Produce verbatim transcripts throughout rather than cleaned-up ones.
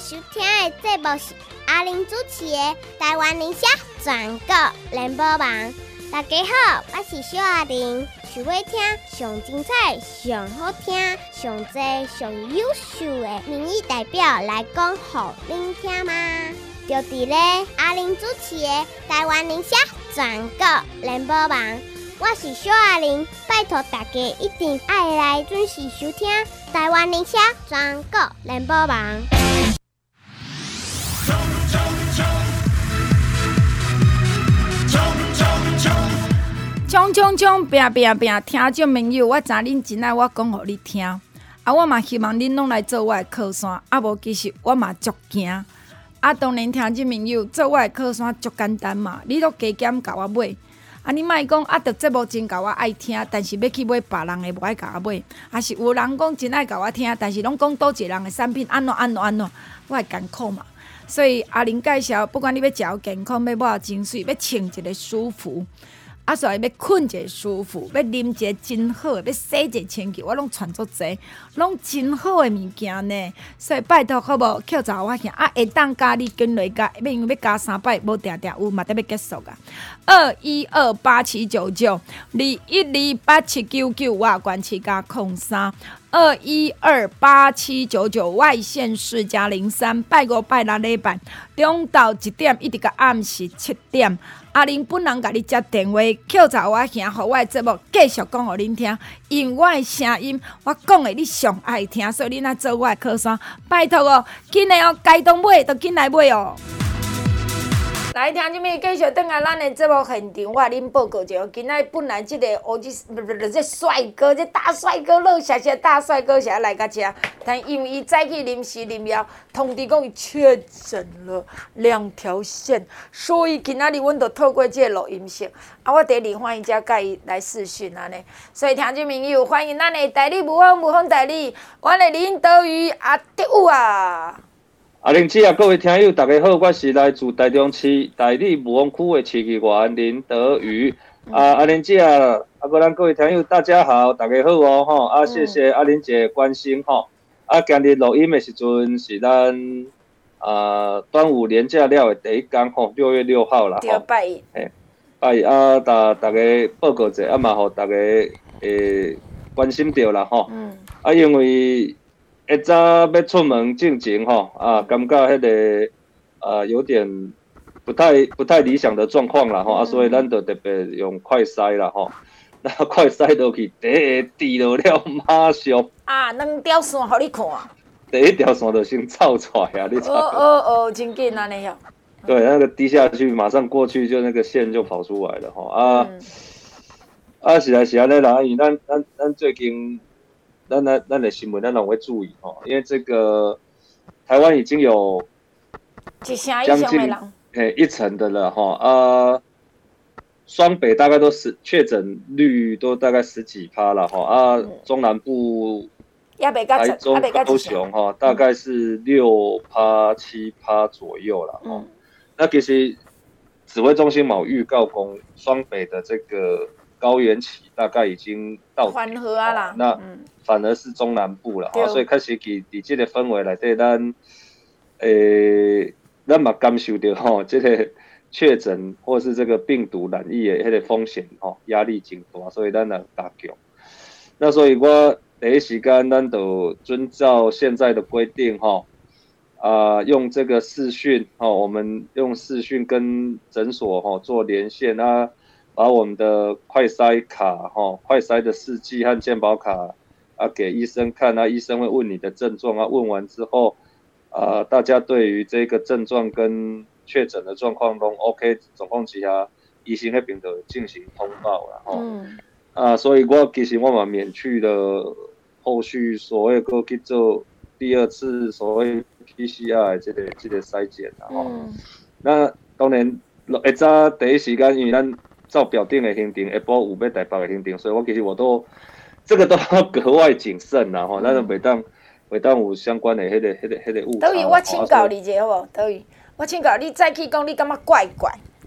收听的节目是阿玲主持的《台湾宁夏全国联播网》。大家好，我是小阿玲。想要听上精彩、上好听、上多、上优秀的民意代表来讲给您听吗？就伫咧阿玲主持的《台湾宁夏全国联播网》。我是小阿玲，拜托大家一定爱来准时收听台湾宁夏全国联播网。 冲冲冲，拼拼拼！听众朋友，我知恁真爱我讲互你听，啊，我嘛希望恁拢来做我的靠山，啊无其实我嘛足惊。啊，当然听众朋友做我的靠山足简单嘛，你都加减甲我买。啊，你莫讲啊，着节目真甲我爱听，但是要去买别人的无爱甲我买，还是有人讲真爱甲我听，但是拢讲倒一个人的产品安怎安怎安怎，我会艰苦嘛。所以阿玲介绍，不管你要食健康，要抹精水，要穿一个舒服。啊，所以要困一个舒服，要啉一个真好的，要洗一个清气，我拢传足济，拢真好的物件呢。所以拜托好无，扣查我兄啊，会当加你跟落加，因为要加三摆，无定定有嘛得要结束啊。二一二八七九九，二一二八七九九，我关七加空三。二一二八七九九，外县市加零三，拜五拜六礼拜，中昼一点一直到暗时七点。阿玲本人甲你接电话，扣查我兄，互我的节目继续讲互恁听，用我的声音，我讲的你上爱听，所以恁来做我的靠山，拜托哦，紧来哦，该当买就紧来买哦。来，听众们继续转来咱的节目现场，我甲恁报告一下，今仔本来即个欧吉不不不，这帅哥，这大帅哥，乐谢谢大帅哥，是来甲遮，但因为伊早起临时临了，通知讲伊确诊了两条线，所以今仔日阮就透过这个录音室，啊，我第二欢迎遮甲伊来视讯安尼，所以听众朋友欢迎咱的代理武峰武峰代理，阮的林德瑜阿德武啊。 阿玲姐啊，各位听友，大家好，我是来自台中市大理武峰区的市议员林德瑜。嗯、啊，阿玲姐啊，啊，个咱各位听友，大家好，大家好哦，吼啊，谢谢阿玲姐的关心吼。啊，今日录音的时阵是咱啊端午连假了的第一天吼，六月六号啦。 对，拜一。 嘿，拜一啊，大大家报告者，啊嘛，互大家诶关心到啦吼。嗯。啊，因为一早要出门进前吼，啊，感觉迄个啊有点不太不太理想的状况啦吼，啊，所以咱就特别用快筛啦吼，那快筛落去第一个滴落了，马上啊，两条线互你看， 第一条线就先照出来啊，你知道？ 哦哦哦，真紧安尼哟。 对，那个滴下去，马上过去就那个线就跑出来了吼啊，嗯、啊是啊是安尼啦，因为咱咱咱最近。咱咱咱的新闻，咱拢会注意吼，因为这个台湾已经有将近诶一成的了哈啊，双北大概都是确诊率都大概十几趴了哈啊，中南部台中、高雄哈大概是六趴七趴左右了哈。那其实指挥中心某预告公双北的这个高原期大概已经到缓和啊啦， 那反而是中南部了，所以开始伫伫这个氛围内底，咱诶，咱嘛感受到吼，这个确诊或是这个病毒染疫的迄个风险吼，压力真大，所以咱也加强。那所以我第一时间，咱就遵照现在的规定吼，啊，用这个视讯吼，我们用视讯跟诊所吼做连线啊。把我们的快筛卡、哈快筛的试剂和健保卡啊给医生看啊，医生会问你的症状啊，问完之后，啊，大家对于这个症状跟确诊的状况都 OK， 总共其他医生那边的进行通报了哈。嗯。啊，所以我其实我嘛免去了后续所谓过去做第二次所谓 P C R 的这个这个筛检啦哈。嗯。那当然，一早第一时间因为咱照表定的行程，下晡有要台北的行程，所以我其实我都这个都要格外谨慎啦吼，咱就袂当袂当有相关的迄、那个、迄、那个、迄、那个误差。 等于我请教你一下好无？等于我请教你，早起讲你感觉怪怪，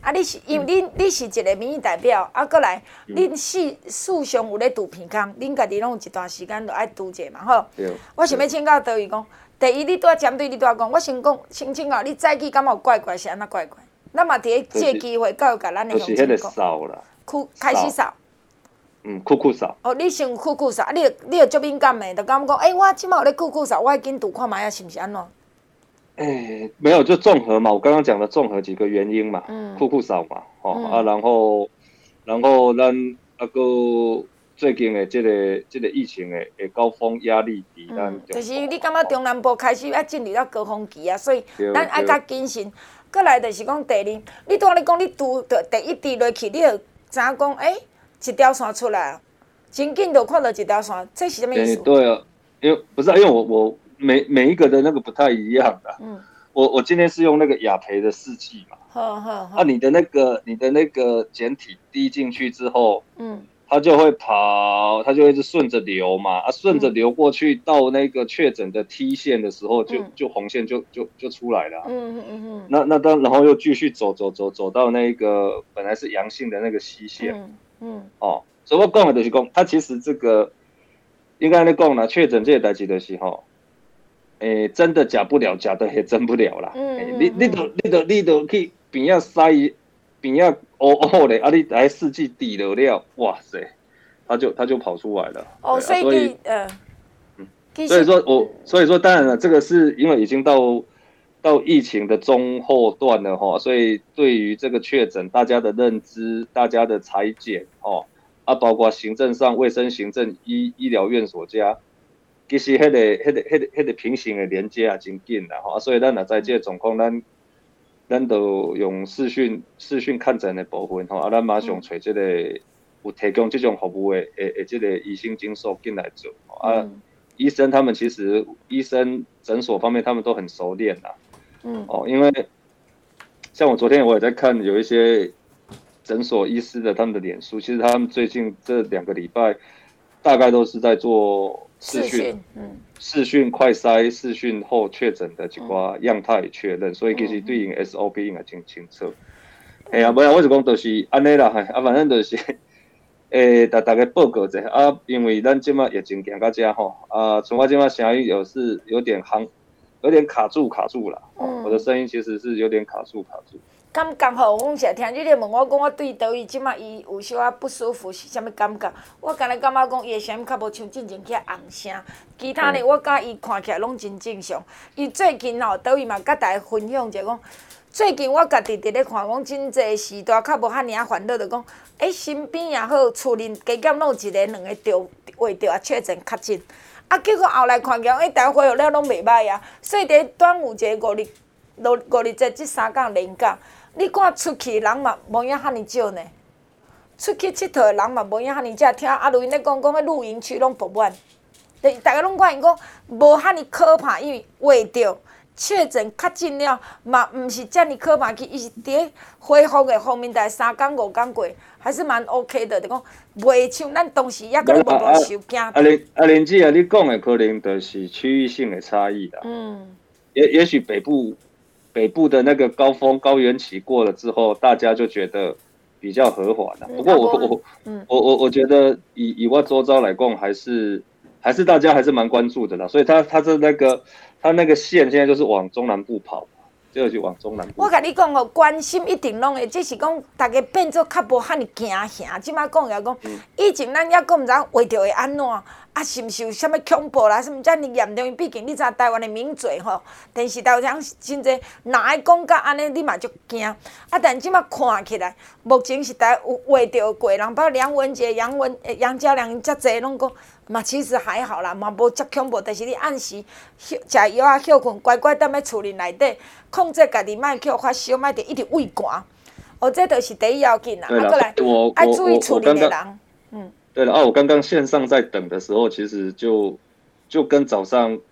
啊，你是因为恁你是一个民意代表，啊，过来恁事事上有咧拄鼻孔，恁家己拢有一段时间著爱拄者嘛，吼。我想要请教倒位讲，第一，你拄仔针对你拄仔讲，我先讲，先请教你早起感觉有怪怪是安怎怪怪？咱嘛伫咧借机会教育甲咱的乡亲讲。就是迄个扫啦。哭开始扫。 嗯，酷酷扫。 哦，你先酷酷扫，你你有足敏感的，就感觉讲，哎、欸，我即摆有咧酷酷扫，我紧拄看卖啊，是毋是安怎？ 哎、欸，没有，就综合嘛，我刚刚讲的综合几个原因嘛，嗯，酷酷扫嘛，哦、嗯、啊，然后，然后咱啊个最近的这个这个疫情的的高峰压力比咱、嗯， 就是你感觉中南部开始要进入到高峰期啊，所以咱爱较谨慎。过来就是讲第二，你拄仔咧讲你拄着第一滴落去，你就知影讲，哎、欸，一条线出来，真紧就看到一条线，这是什么意思？ 对啊，因为不是、啊，因为我我。每每一个的那个不太一样的，嗯，我我今天是用那个雅培的试剂嘛， 好好好， 啊，你的那个你的那个简体滴进去之后，嗯，它就会跑，它就会一直顺着流嘛，啊，顺着流过去到那个确诊的 T 线的时候，就、嗯、就红线就就就出来了，嗯嗯嗯嗯，那那当然后又继续走走走走到那个本来是阳性的那个 C 线，嗯嗯，哦，所以我讲的就是讲，它其实这个应该咧讲啦，确诊这个代志就是吼。诶、欸，真的假不了，假的也真不了啦。嗯，欸、你你都你都你都去边仔塞边仔乌乌的，啊，你来试剂滴了了，哇塞，它就它就跑出来了。哦，所以, 所以呃，嗯，所以说我所以说当然了，这个是因为已经到到疫情的中后段了哈，所以对于这个确诊，大家的认知、大家的裁剪哦，啊，包括行政上、卫生行政、医医疗院所家。其实迄、那个、迄、那个、迄、那个、迄个平行的连接也真紧啦，吼，所以咱若在这个状况，咱咱就用视讯视讯看诊的部分，吼，啊，咱马上找这个有提供这种服务的，诶诶，这个医生诊所进来做，啊，嗯、医生他们其实医生诊所方面他们都很熟练啦，嗯，哦，因为像我昨天我也在看有一些诊所医师的他们的脸书，其实他们最近这两个礼拜大概都是在做。视讯，嗯，视讯快筛、视讯后确诊的一寡样态确认，嗯、所以其实对应 S O P 应该真清楚。哎呀、嗯，不然我就讲就是安尼啦，啊，反正就是，诶、欸，大大家报告一下啊，因为咱即马疫情行到这吼，啊，从我即马声音有是有点行，有点卡住卡住啦，嗯、我的声音其实是有点卡住卡住。 感觉吼，我是听你咧问我讲，我对倒位即马伊有小仔不舒服是啥物感觉？我干咧感觉讲伊的声音较无像进前起红声，其他咧我甲伊看起来拢真正常。伊最近吼倒位嘛，甲大家分享一下讲，最近我家己伫咧看讲，真济时代较无遐尔啊烦恼，就讲，诶、欸，身边也好，厝里加减拢有一个两个着话着啊确诊确诊，啊结果后来看起来，诶、欸，大家恢复了拢袂歹啊，所以伫端午节五日、六五日节即三天连假。你看出去人嘛无影遐尼少呢，出去佚佗的人嘛无影遐尼少，听阿录音咧讲讲，迄露营区拢爆满，就大家拢看因讲无遐尼可怕，因为话着确诊确诊了，嘛毋是遮尼可怕，去伊是伫咧恢复的方面，大概三工五工过，还是蛮 OK 的，就讲袂像咱当时抑个咧默默受惊。 啊林啊林姐啊，你讲的可能就是区域性的差异啦。嗯。也也许北部。北部的那个高峰高原期过了之后，大家就觉得比较和缓了。不过我我我我我觉得以以我周遭来讲，还是还是大家还是蛮关注的啦。所以他他的那个他那个线现在就是往中南部跑，就是往中南部。 我甲你讲哦，关心一定拢会，只是讲大家变做较无遐尼惊吓。即摆讲也讲，以前咱还佫毋知影话着会安怎。啊，是毋是有啥物恐怖啦？什物遮尔严重？毕竟你知台湾的民罪吼，电视台有通真济，若爱讲甲安尼，你嘛足惊。啊，但即摆看起来，目前是台有话着过人，包括梁文杰、杨文、杨家良遮济拢讲，嘛其实还好啦，嘛无遮恐怖。但是你按时食药啊、休困，乖乖踮咧厝里内底，控制家己，莫去发烧，莫着一直畏寒。哦，这著是第一要紧啦。啊，过来爱注意厝里的人，嗯。 对了啊，我刚刚线上在等的时候，其实就就跟早上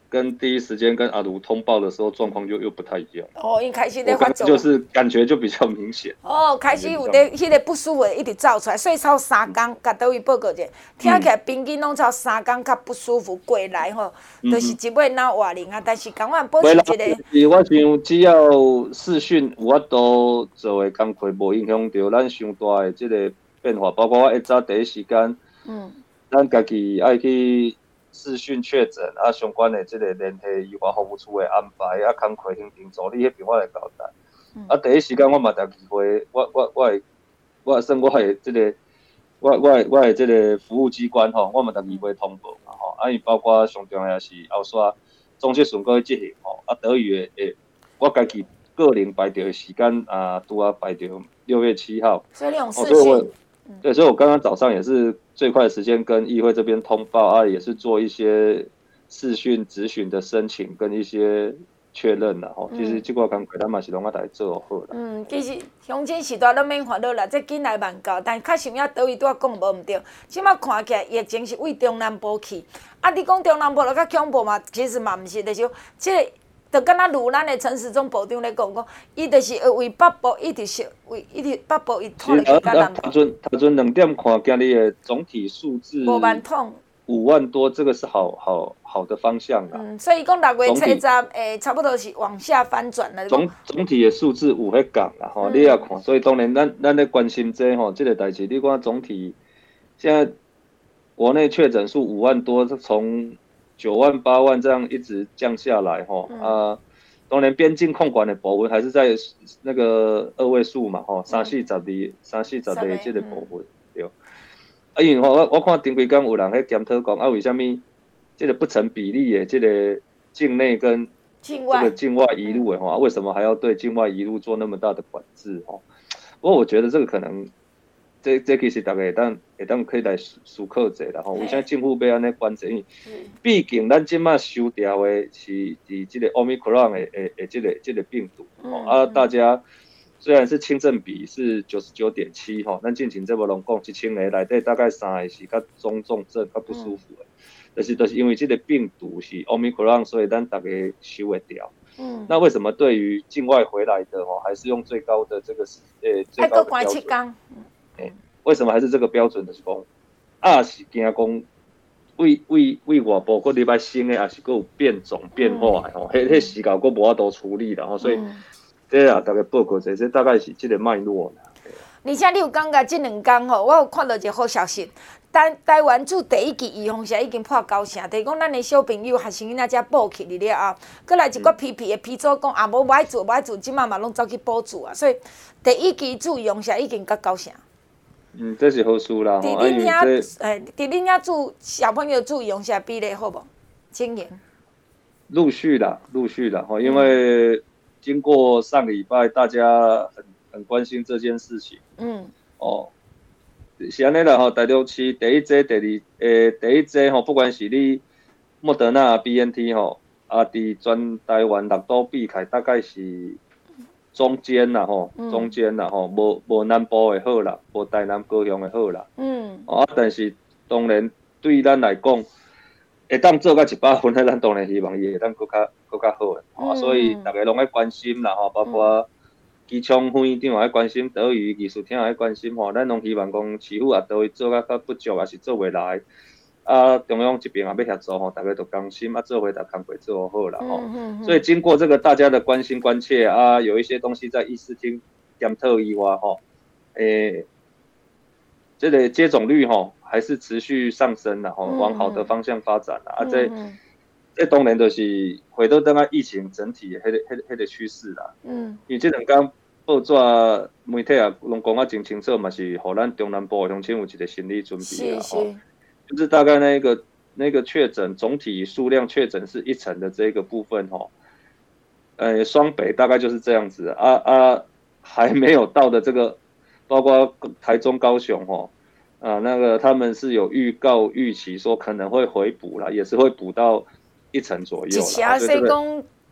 跟第一时间跟阿卢通报的时候状况又又不太一样。 哦，因开始在发作， 就是感觉就比较明显。 哦，开始有咧迄个不舒服一直走出来，所以超三工，甲倒位报告者，听起来平均拢超三工较不舒服过来吼，嗯、就是一尾脑活灵啊，但是赶快保持一个。我想只要视讯有法度做的工课，无影响到咱上大的即个变化，包括我一早第一时间，嗯，咱家己爱去。视讯确诊啊，相关的这个联系医疗服务处的安排啊，工课行程助理迄边我来交代。嗯、啊，第一时间我嘛有机会，我我我的我算我的这个我我的我的这个服务机关吼，我嘛有机会通报嘛吼。啊，伊包括上重要是后续总结顺过执行吼，啊，德语的诶，我家己个人排掉的时间啊，拄啊排掉六月七号。 所以你用视讯。哦对，所以我刚刚早上也是最快的时间跟议会这边通报啊，也是做一些视讯质询的申请跟一些确认啦。吼、嗯，其实这个工作咱嘛是拢啊来做好啦。 嗯，其实乡亲时代都免烦恼啦，这紧来慢到，但较想要倒位拄啊讲无毋对。即摆看起来疫情是为中南部去，啊，你讲中南部就较恐怖嘛，其实嘛毋是，就是即、這個。就敢若如咱的陈时中部长咧讲讲，伊就是为北部一直是为一直北部伊拖入去甲南部。 头阵头阵两点看，今日的总体数字五万桶， 五万多，这个是好好好的方向啦。 嗯，所以讲六月七十诶，差不多是往下翻转了。 总总体的数字有迄降啦，吼、嗯，你也看，所以当然咱咱咧关心这吼，这个代志，你看总体现在国内确诊数五万多，从九万八万这样一直降下来吼、嗯、啊，当然边境控管的部分还是在那个二位数嘛吼，三四十二、三四十的这个部分、嗯、对。啊，因为我我看顶几天有人喺检讨讲啊，为什么这个不成比例的这个境内跟这个境外移入的吼、嗯，为什么还要对境外移入做那么大的管制吼？不过我觉得这个可能。这这其实大家会当会当可以来思考者啦吼，为啥政府要安尼管制？因为毕竟咱即马收掉的是伫即个 Omicron 的诶诶即个即个病毒吼、嗯、啊，大家虽然是轻症比是九十九点七吼，咱进前这无拢讲一千个内底大概三个是较中重症较不舒服的，但、嗯就是就是因为即个病毒是 Omicron， 所以咱大家收会掉。嗯，那为什么对于境外回来的吼，还是用最高的这个诶、欸、最高的标准？欸、为什么还是这个标准？就是讲，啊是惊讲，为为为外部搁入来新的，也是搁有变种变化的吼，迄迄时候搁无法度处理啦吼，所以这啊大概报告者，这大概是这个脉络啦。 而且你有感觉这两天吼，我有看到一个好消息，台台湾驻第一期预防线已经破九成，就是讲咱的小朋友、学生囡仔遮报去了后，搁来一个批批的批组讲啊，无爱做，无爱做，即马嘛拢走去补助啊，所以第一期驻预防线已经到九成。 嗯，这是好事啦。 伫恁遐，诶，伫恁遐住小朋友住用下比例好无？经营陆续啦，陆续啦，吼，因为经过上个礼拜，大家很很关心这件事情。嗯。哦，是安尼啦，吼，第六期第一剂、第二诶第一剂吼，不管是你莫德纳、B N T 吼，啊，伫全台湾六都比起大概是。中间啦吼，中间啦吼，无无南部的好啦，无台南高雄的好啦。嗯。啊，但是当然对咱来讲，会当做到一百分，咱当然希望伊会当搁较搁较好诶。嗯。啊，所以大家拢爱关心啦吼，包括机场副院长也爱关心，德语艺术厅也爱关心吼，咱拢希望讲市府也都会做较较不足，也是做袂来。啊，中央这边也要协助吼，大家都甘心啊，做回来工作做好了吼。嗯、所以经过这个大家的关心关切啊，有一些东西在议事厅检讨以外吼，诶，这个接种率吼还是持续上升啦吼，往好的方向发展啦。嗯、啊，这这当然就是回到等下疫情整体迄、那个迄、那个迄、那个趋势啦。嗯，因为这两天报纸媒体啊，拢讲啊真清楚嘛，是互咱中南部乡亲有一个心理准备啦吼。就是大概那个那个确诊总体数量确诊是一成的这个部分吼，呃，双北大概就是这样子啊啊，还没有到的这个，包括台中、高雄吼，啊那个他们是有预告预期说可能会回补啦，也是会补到一成左右啦。 一成所以讲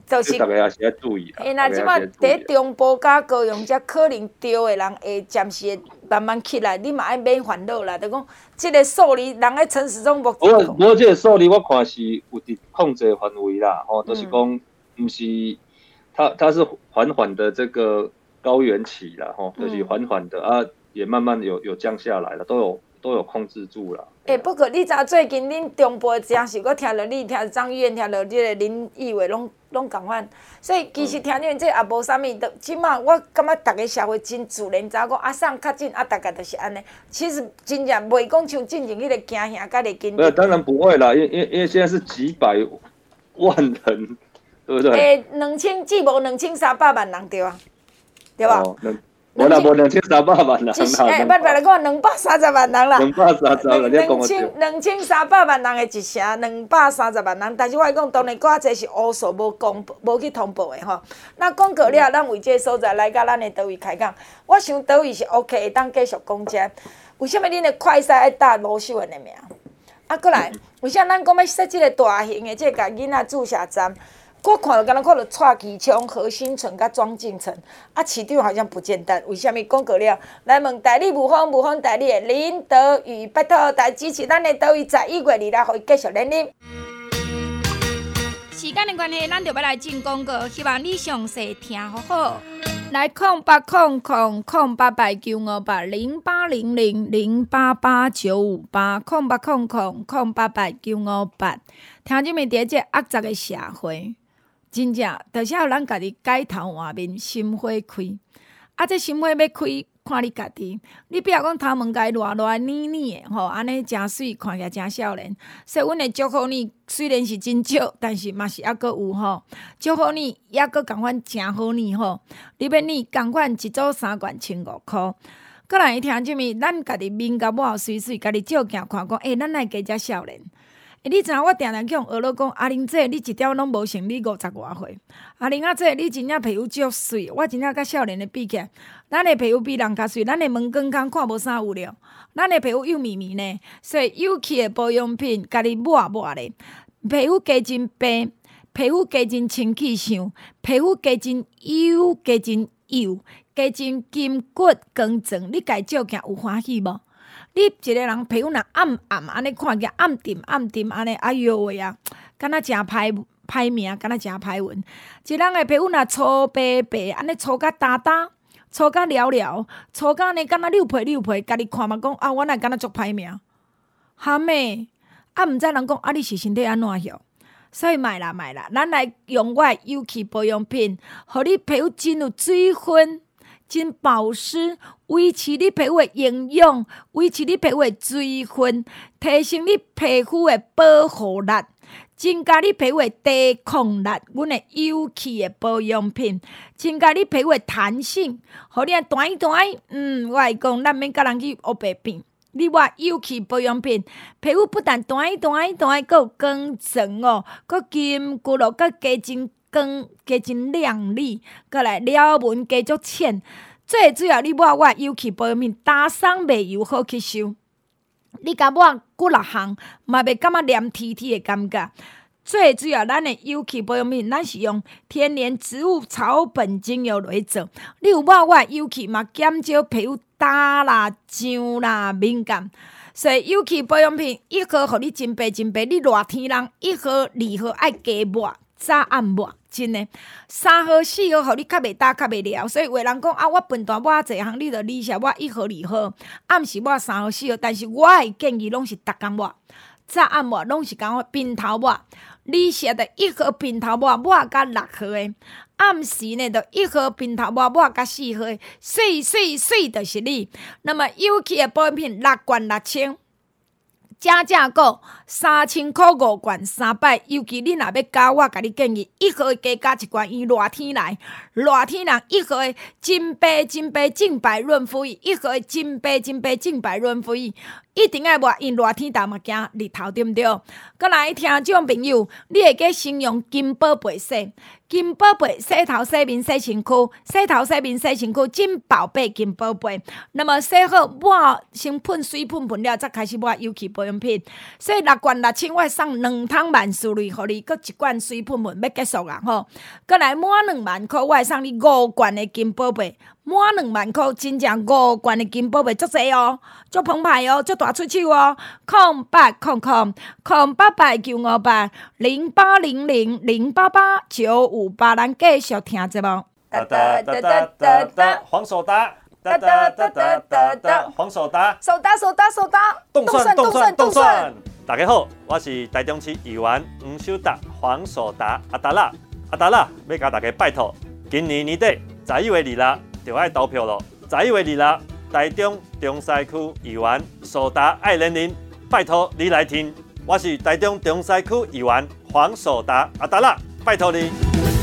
就是大家也是要注意啦。 哎，那即马伫中部甲高雄，遮可能着的人会暂时会慢慢起来，你嘛爱免烦恼啦。就讲即个数字，人咧陈时中无。 不过，不过这个数字我看是有伫控制范围啦，吼、哦，都、就是讲，毋是，它它是缓缓的这个高原期啦，吼、哦，就是缓缓的、嗯、啊，也慢慢有有降下来了，都有都有控制住了。 哎、欸，不过你知最近恁中部真是我听了你听张议员听了这个林议员拢拢共款，所以其实听你们这也无啥物，都即马我感觉大家社会真自然，知影讲啊送较紧啊，大家就是安尼。其实真正袂讲像进前迄个惊吓甲嚟紧。 没有，当然不会啦，因因因为现在是几百万人，对不对？ 诶、欸，两千至无两千三百万人对啊，对吧？ 哦我啦无两千三百万人啦， 哎，不别来讲两百三十万人啦， 两百三十万， 两千两千三百万人的一城，两百三十万人。但是我讲，当然搁较侪是乌数无公无去通报的吼。那讲过了，咱为这个所在来甲咱的倒位开讲，我想倒位是 OK， 会当继续讲遮。为什么恁的快赛爱打罗秀文的名？啊，过来，为啥咱讲要设这个大型的这个囡仔注射站？我看到，敢若看到蔡其昌、何新纯甲庄敬诚，啊，市长好像不简单。为什么讲过了？来问代理吴芳，吴芳代理的林德宇，拜托大家支持咱的德宇，十一月二日可以继续连任。时间的关系，咱就要来进广告，希望你详细听好好。来，空八空空空八八九五八零八零零零八八九五八空八空空空八八九五八，听这面伫这恶杂的社会。真正，就是要咱家己改头换面，心花开。啊，这心花要开，看你家己。你不要讲头毛甲伊热热黏黏的吼，安尼真水，看起来真少年。所以，阮会祝福你，虽然是真少，但是嘛是还阁有吼。祝福你，还阁共款真好你吼。你要你共款一组三罐千五箍。过来听即物，咱家己面甲抹水水，家己照镜看讲，诶、欸，咱来加遮少年。欸、你知影我定定叫学老讲，阿玲姐，你一点拢无像你五十外岁。阿玲仔姐，你真正皮肤足水，我真正甲少年的比起来，咱的皮肤比人较水，咱的毛光光看无啥有了，咱的皮肤幼绵绵呢，所以有气的保养品，家己抹抹咧，皮肤加真白，皮肤加真清气相，皮肤加真油，加真幼，加真筋骨光泽，你家照镜有欢喜无？你一个人皮肤若暗暗安尼看起来暗沉暗沉安尼，哎哟喂啊，敢若真歹歹命，敢若真歹运。一人的皮肤若粗白白，安尼粗甲焦焦，粗甲了了，粗甲呢敢若溜皮溜皮，家己看嘛讲啊，我若敢若足歹命。哈妹，啊毋知人讲啊，你是身体安怎样？所以买啦买啦，咱来用我的有气保养品，互你皮肤真有水分。真保湿，维持你皮肤的营养，维持你皮肤的水分，提升你皮肤的保护力，增加你皮肤的抵抗力。阮的有气的保养品，增加你皮肤的弹性，互你啊弹一弹。嗯，我会讲，咱免甲人去黑白变。你抹有气保养品，皮肤不但弹一弹一弹，阁有光泽哦，阁筋骨咯，阁加真。光加真亮丽，过来了纹加足浅，最主要你抹我有气保养品，打霜袂油好吸收。你甲抹几六项，嘛袂感觉黏 T T 的感觉。最主要咱的有气保养品，咱是用天然植物草本精油来做。你有抹我有气嘛，减少皮肤干啦、痒啦、敏感。所以有气保养品一盒，互你真白真白。你热天人一盒、二盒爱加抹。早暗抹，真诶，三号、四号，互你较袂打、较袂了。所以有人讲啊，我笨蛋抹啊侪项，你着理下我一号、二号，暗时抹三号、四号。但是我会建议拢是逐工抹，早暗抹拢是讲平头抹。理下着一号平头抹，抹甲六号诶。暗时呢，着一号平头抹，抹甲四号诶。水水水，就是你。那么有气诶保养品六罐六千。正正个三千块五罐三百，尤其你若要加，我甲你建议一盒加加一罐，伊热天来，热天人一盒的金杯金杯净白润肤液，一盒的金杯金杯净白润肤液， 一定要热，因热天头嘛惊日头，对毋对？搁来听众朋友，你会记形容金宝贝洗？金宝贝洗头、洗面、洗身躯，洗头、洗面、洗身躯，真宝贝金宝贝。那么洗好抹，先喷水喷喷了，再开始抹油漆保养品。洗六罐六千，我会送两桶万事类，互你，搁一罐水喷喷要结束啊吼。搁来满两万块，我会送你五罐的金宝贝。满两万块，真正五罐的金宝贝足济哦，足澎湃哦，足大出手哦。空八空空空八八九五八零八零零零八八九五八，咱继续听节目。 哒哒哒哒哒哒，黄手打，哒哒哒哒哒哒，黄手打， 手打手打手打， 动算动算动算。大家好，我是台中市议员黄守达，黄手打阿达拉阿达拉，要甲大家拜托，今年年底十一月二日。就爱投票咯！十一月二日，台中中西区议员守达爱人林，拜托你来听。我是台中中西区议员黄守达阿达拉，拜托你。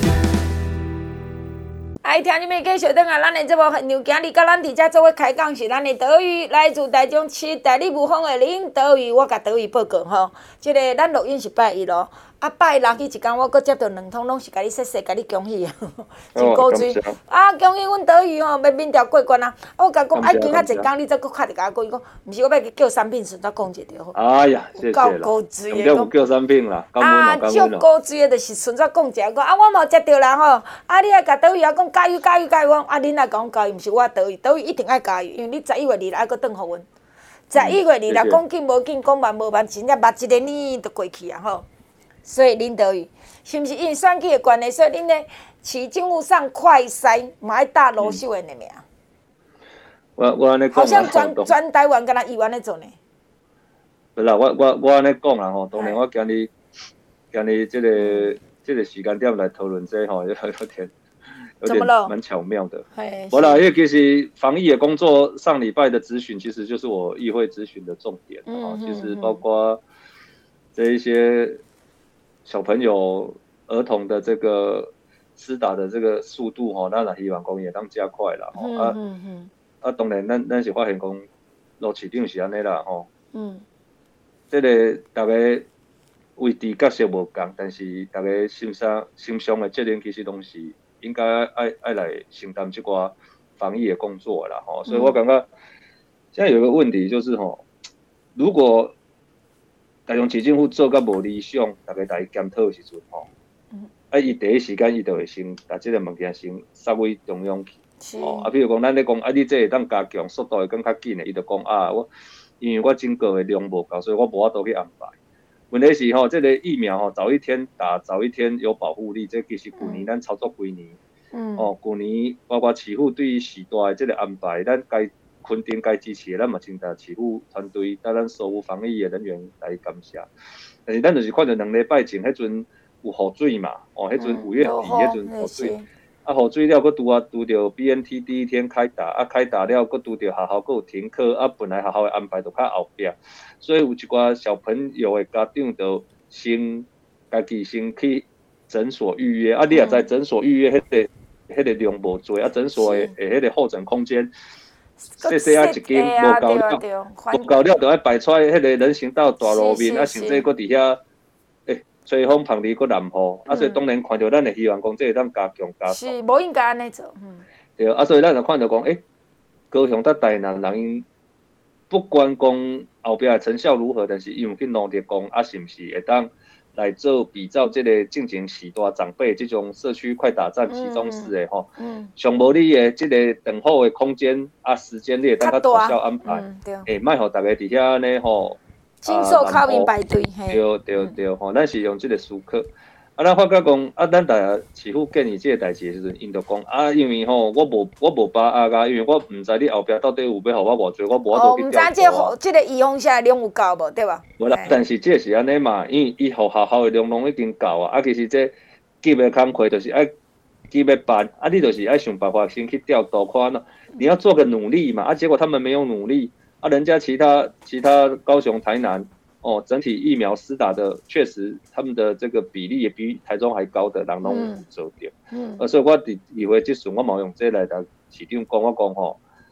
哎，听你们继续等下，咱的节目现场今日甲咱伫遮做伙开讲是咱的德语，来自台中市大理部方的林德语，我甲德语报告吼。即、这个咱录音是拜一咯。啊，拜六去一工，我搁接到两通，拢是甲你说说，甲你恭喜啊，真高水啊！恭喜阮德语吼，要面条过关啊！我甲讲，爱经较济工，你再搁敲着甲我讲，伊讲，毋是我要去叫产品时，再讲一着好。 哎呀，谢谢啦。 够高水的， 有叫产品啦， 啊，足高水的，就是顺再讲一下，讲啊，我嘛接到啦吼，啊，你爱甲德语啊讲加油加油加油，啊，恁爱讲加油，毋是我德语，德语一定爱加油，因为你十一月二日爱搁转互阮，十一月二日讲紧无紧，讲慢无慢，真正捌一个年就过去啊吼。所以恁德语是毋是因选举的关系，所以恁咧市政府上快筛嘛爱打罗秀燕的名？ 我我安尼讲， 好像全全台湾敢若议员咧做呢。 不啦，我我我安尼讲啦吼，当然我今日今日这个这个时间点来讨论这吼，有点有点蛮巧妙的。我啦，因为其实防疫的工作，上礼拜的咨询其实就是我议会咨询的重点啊，其实包括这一些。小朋友、儿童的这个施打的这个速度吼，咱也希望讲也当加快啦吼。啊啊，当然咱咱是发现讲，路市场是安尼啦吼。嗯。这个大家位置角色无共，但是大家心上心上的责任其实拢是应该爱爱来承担这寡防疫的工作啦吼。所以我感觉现在有一个问题就是吼，如果台中市政府做甲无理想，大家来检讨的时阵吼，啊，伊第一时间伊就会先把这个物件先稍微中央去，哦，啊，比如讲咱咧讲，啊，你这会当加强速度会更较紧的，伊就讲啊，我因为我整个的量无够，所以我无法度去安排。问题是吼，这个疫苗吼，早一天打，早一天有保护力，这其实去年咱操作几年，嗯，哦，去年包括市府对于时代的这个安排，咱该。肯定该支持的，咱嘛真大市府团队，甲咱所有防疫的人员来感谢。但是咱就是看到两礼拜前，迄阵有雨水嘛，哦，迄阵五月底，迄阵雨水，啊，雨水了，佮拄啊拄着 B N T 第一天开打，啊，开打了，佮拄着学校佮有停课，啊，本来学校的安排就较后壁，所以有一寡小朋友的家长就先家己先去诊所预约，啊，你也在诊所预约，迄个迄个量无多，啊，诊所的诶迄个候诊空间。细细啊一间无够了，无够了，就爱摆出来迄个人行道大路面，啊，甚至搁伫遐，诶，吹风旁边搁淋雨，啊，所以当然看到咱会希望讲，这会当加强加速。 是，无应该安尼做。嗯。 对，啊，所以咱就看到讲，诶，高雄甲台南人因不管讲后壁的成效如何，但是因为去努力讲，啊，是毋是会当？来做比照这个进前时代长辈这种社区快打站集中式的吼，上无你的这个等候的空间啊时间，你会当较有效安排，诶，莫互大家伫遐呢吼， 紧凑靠面排队， 对对对吼，咱是用这个思考。啊，咱发觉讲，啊，咱大家市府建议这个代志的时阵，因就讲啊，因为吼，我无我无把握啊，因为我毋知你后壁到底有要互我偌济，我无法度去调查。哦，毋知这这个预防下量有够无，对吧？ 无啦，但是这是安尼嘛，因为伊互学校的量拢已经够啊，啊，其实这基本工课就是爱基本办，啊，你就是爱想办法先去调度看喏，你要做个努力嘛，啊，结果他们没有努力，啊，人家其他其他高雄、台南。哦，整体疫苗施打的确实，他们的这个比例也比台中还高的，人拢有做到。嗯，所以我伫以为即阵我冇用这来甲市长讲，我讲吼，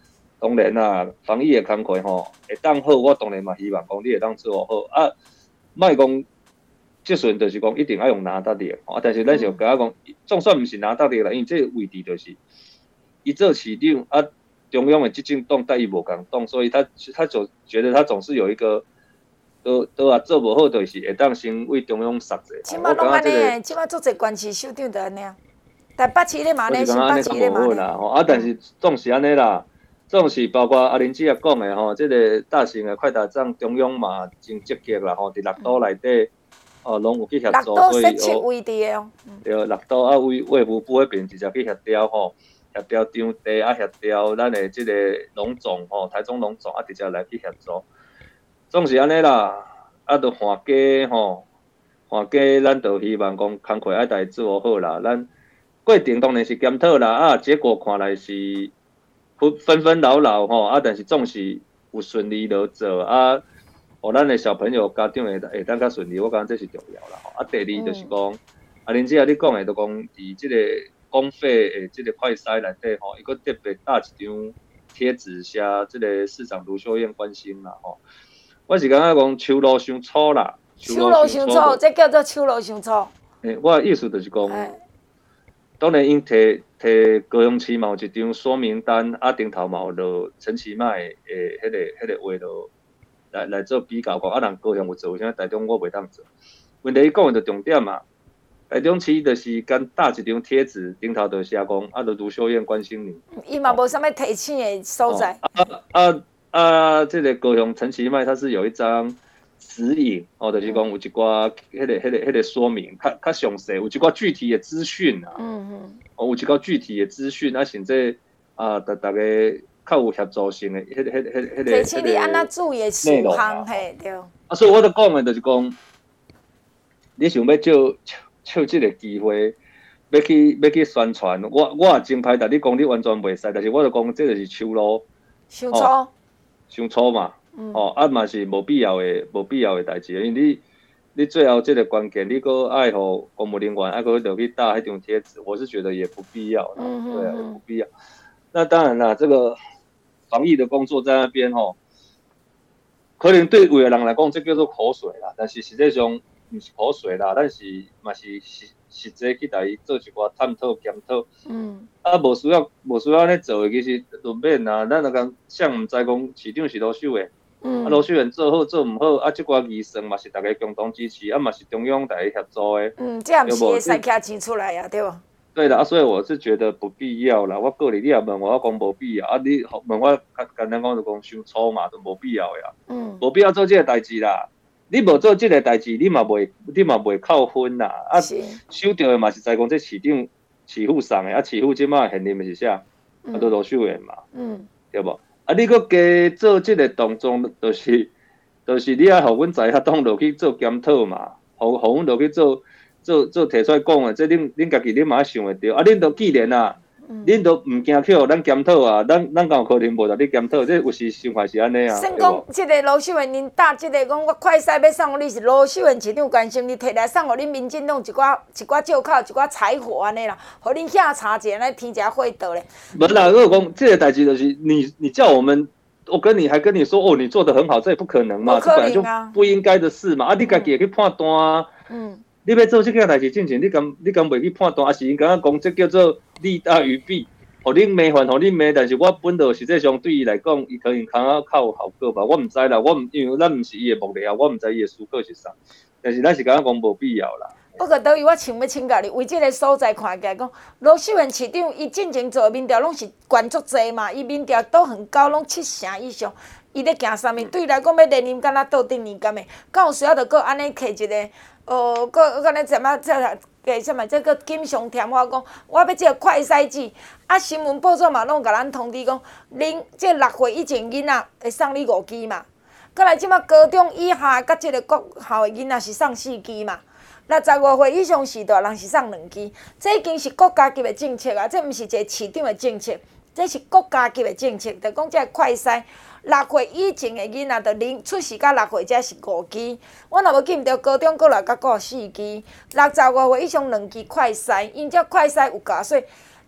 当然啦，防疫的工作吼，会当好，我当然嘛希望讲你会当做好啊。莫讲即阵就是讲一定要用拿得力啊，但是咱就甲讲，总算毋是拿得力啦，因为这个位置就是伊做市长啊，中央的执政党甲伊无共党，所以他他就觉得他总是有一个。都都啊做无好，就是会当先为中央杀者。 即马拢安尼诶，即马做侪县市首长就安尼啊。台北市咧嘛咧，新北市咧嘛咧。 吼啊，但是总是安尼啦，总是包括阿玲姐也讲诶吼，即个大型诶快打仗中央嘛真积极啦吼，伫六都内底哦拢有去协助， 所以哦。位置哦。 对，六都啊卫卫福部迄边直接去协调吼，协调场地啊，协调咱诶即个农总吼，台中农总啊，直接来去协助。总是安尼啦，啊，著换家吼，换家，咱著希望讲工课爱家做好啦。咱过程当然是检讨啦，啊，结果看来是纷纷纷扰扰吼，啊，但是总是有顺利落做啊，互咱的小朋友家长会会当较顺利，我感觉这是重要啦。啊，第二就是讲，嗯、啊，林姐啊，你讲的，就讲伫即个公费的即个快筛内底吼，伊佫特别搭一张贴纸写即个市长卢秀燕关心啦吼。我是感觉讲手路伤粗啦， 手路伤粗，这叫做手路伤粗。 诶，我的意思就是讲，当然因摕摕高雄市嘛有一张说明单，啊顶头嘛有落陈其迈诶，迄个迄个话落来来做比较，讲啊人高雄有做，为啥台中我袂当做？问题伊讲诶就重点嘛，台中市就是干搭一张贴纸，顶头就写讲啊，就卢秀燕关心你。 伊嘛无啥物提醒诶所在。 啊啊！啊，这个高雄陈其迈他是有一张指引哦，就是讲有一寡迄个、迄个、迄个说明，较较详细，有一寡具体的资讯啊。嗯嗯。哦，有一寡具体的资讯啊，甚至啊，大大家较有协助性的迄、迄、迄、迄、迄个。 提醒你安怎注意的事项嘿，对。 啊，所以我都讲的就是讲，你想要借借这个机会，要去要去宣传，我我也真歹，但你讲你完全袂使，但是我就讲这就是手路。 伤粗。 伤粗嘛，嗯、哦，啊嘛是无必要的，无必要的代志，因为你你最后这个关键，你搁爱互公务人员，爱搁落去搭迄张贴纸，我是觉得也不必要啦，嗯、对啊，也不必要。那当然啦，这个防疫的工作在那边吼，可能对有的人来讲，这叫做口水啦，但是实际上不是口水啦，但是嘛是实实际去来做一寡探讨检讨。嗯。啊，无需要无需要安尼做的，其实就免啦。咱那个像毋知讲市长是罗秀的，嗯、啊罗秀的做好做唔好，啊即寡医生嘛是大家共同支持，啊嘛是中央大家协助的。嗯， 这样是会使徛钱出来呀，对不？ 对的啊，所以我是觉得不必要啦。我个人你也问我，我讲无必要啊。你问我简单讲就讲伤粗嘛，就无必要呀。嗯，无必要做这个代志啦。你无做这个代志，你嘛袂你嘛袂扣分啦。啊，收到的嘛是在讲这市长市府送的，啊市府即马现任的是啥？啊都罗秀燕嘛，嗯，对无？啊你搁加做这个动作，就是就是你爱互阮在遐当落去做检讨嘛，互互阮落去做做做提出来讲的，这恁恁家己恁嘛爱想会着，啊恁都既然啊。恁都唔惊去，咱检讨啊！咱咱敢有可能无在你检讨，这有时想法是安尼啊。 先讲即个罗秀燕，恁搭即个讲我快筛要送你是罗秀燕市长关心你摕来送互恁民进党一寡一寡借口一寡柴火安尼啦，互恁遐查者来添加会得咧。 无啦，我讲这个代志就是你你叫我们，我跟你还跟你说哦，你做得很好，这也不可能嘛，这本来就不应该的事嘛。啊，你家己也去判断啊。嗯。你要做这件代志之前，你敢你敢袂去判断，还是因敢讲这叫做利大于弊？互恁麻烦，互恁麻，但是我本着实际上对伊来讲，伊可能较较较有效果吧。我毋知啦，我毋因为咱毋是伊的幕僚，我毋知伊的思考是啥。但是咱是感觉讲无必要啦。 不过等于我想要请教你，为这个所在看起来讲，罗秀燕市长伊进前做的民调拢是悬足济嘛，伊民调都很高，拢七成以上。伊咧行啥物？对伊来讲要连任，敢若倒顶年敢的，敢有需要着搁安尼摕一个，呃，搁搁安尼怎么这个什么？这个锦上添花讲，我要这个快筛剂。啊，新闻报纸嘛拢甲咱通知讲，恁这六岁以前囡仔会送你五支嘛。过来即马高中以下甲即个国校的囡仔是送四支嘛。六十五岁以上是大人是送两支。这已经是国家级的政策啊！这毋是一个市长的政策，这是国家级的政策。就讲这个快筛。六岁以前的囡仔，着零出世到六岁才是五支。我若无记毋着，高中过来甲有四支，六十五岁以上两支快筛，因这快筛有加说，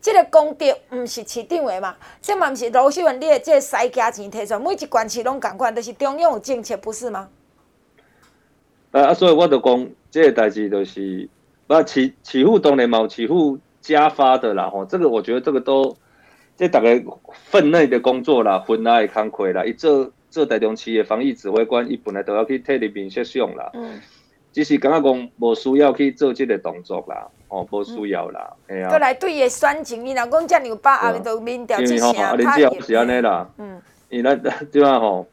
这个功德毋是市长的嘛，这嘛毋是卢秀燕你的这个私家钱摕出来，每一县市拢共款，都、就是中央有政策，不是吗？ 啊啊，所以我就讲，这个代志就是，啊，起起户当然嘛有起户加发的啦，吼，这个我觉得这个都，这大概分内的工作啦，分内的工课啦，伊做做台中市的防疫指挥官，伊本来都要去替人民设想啦，嗯，只是感觉讲无需要去做这个动作啦，哦，无需要啦，哎呀、 啊。过来对伊的选情，伊若讲遮尔有把握，就民调一声， 他也是安尼啦，嗯，伊咱对啊吼。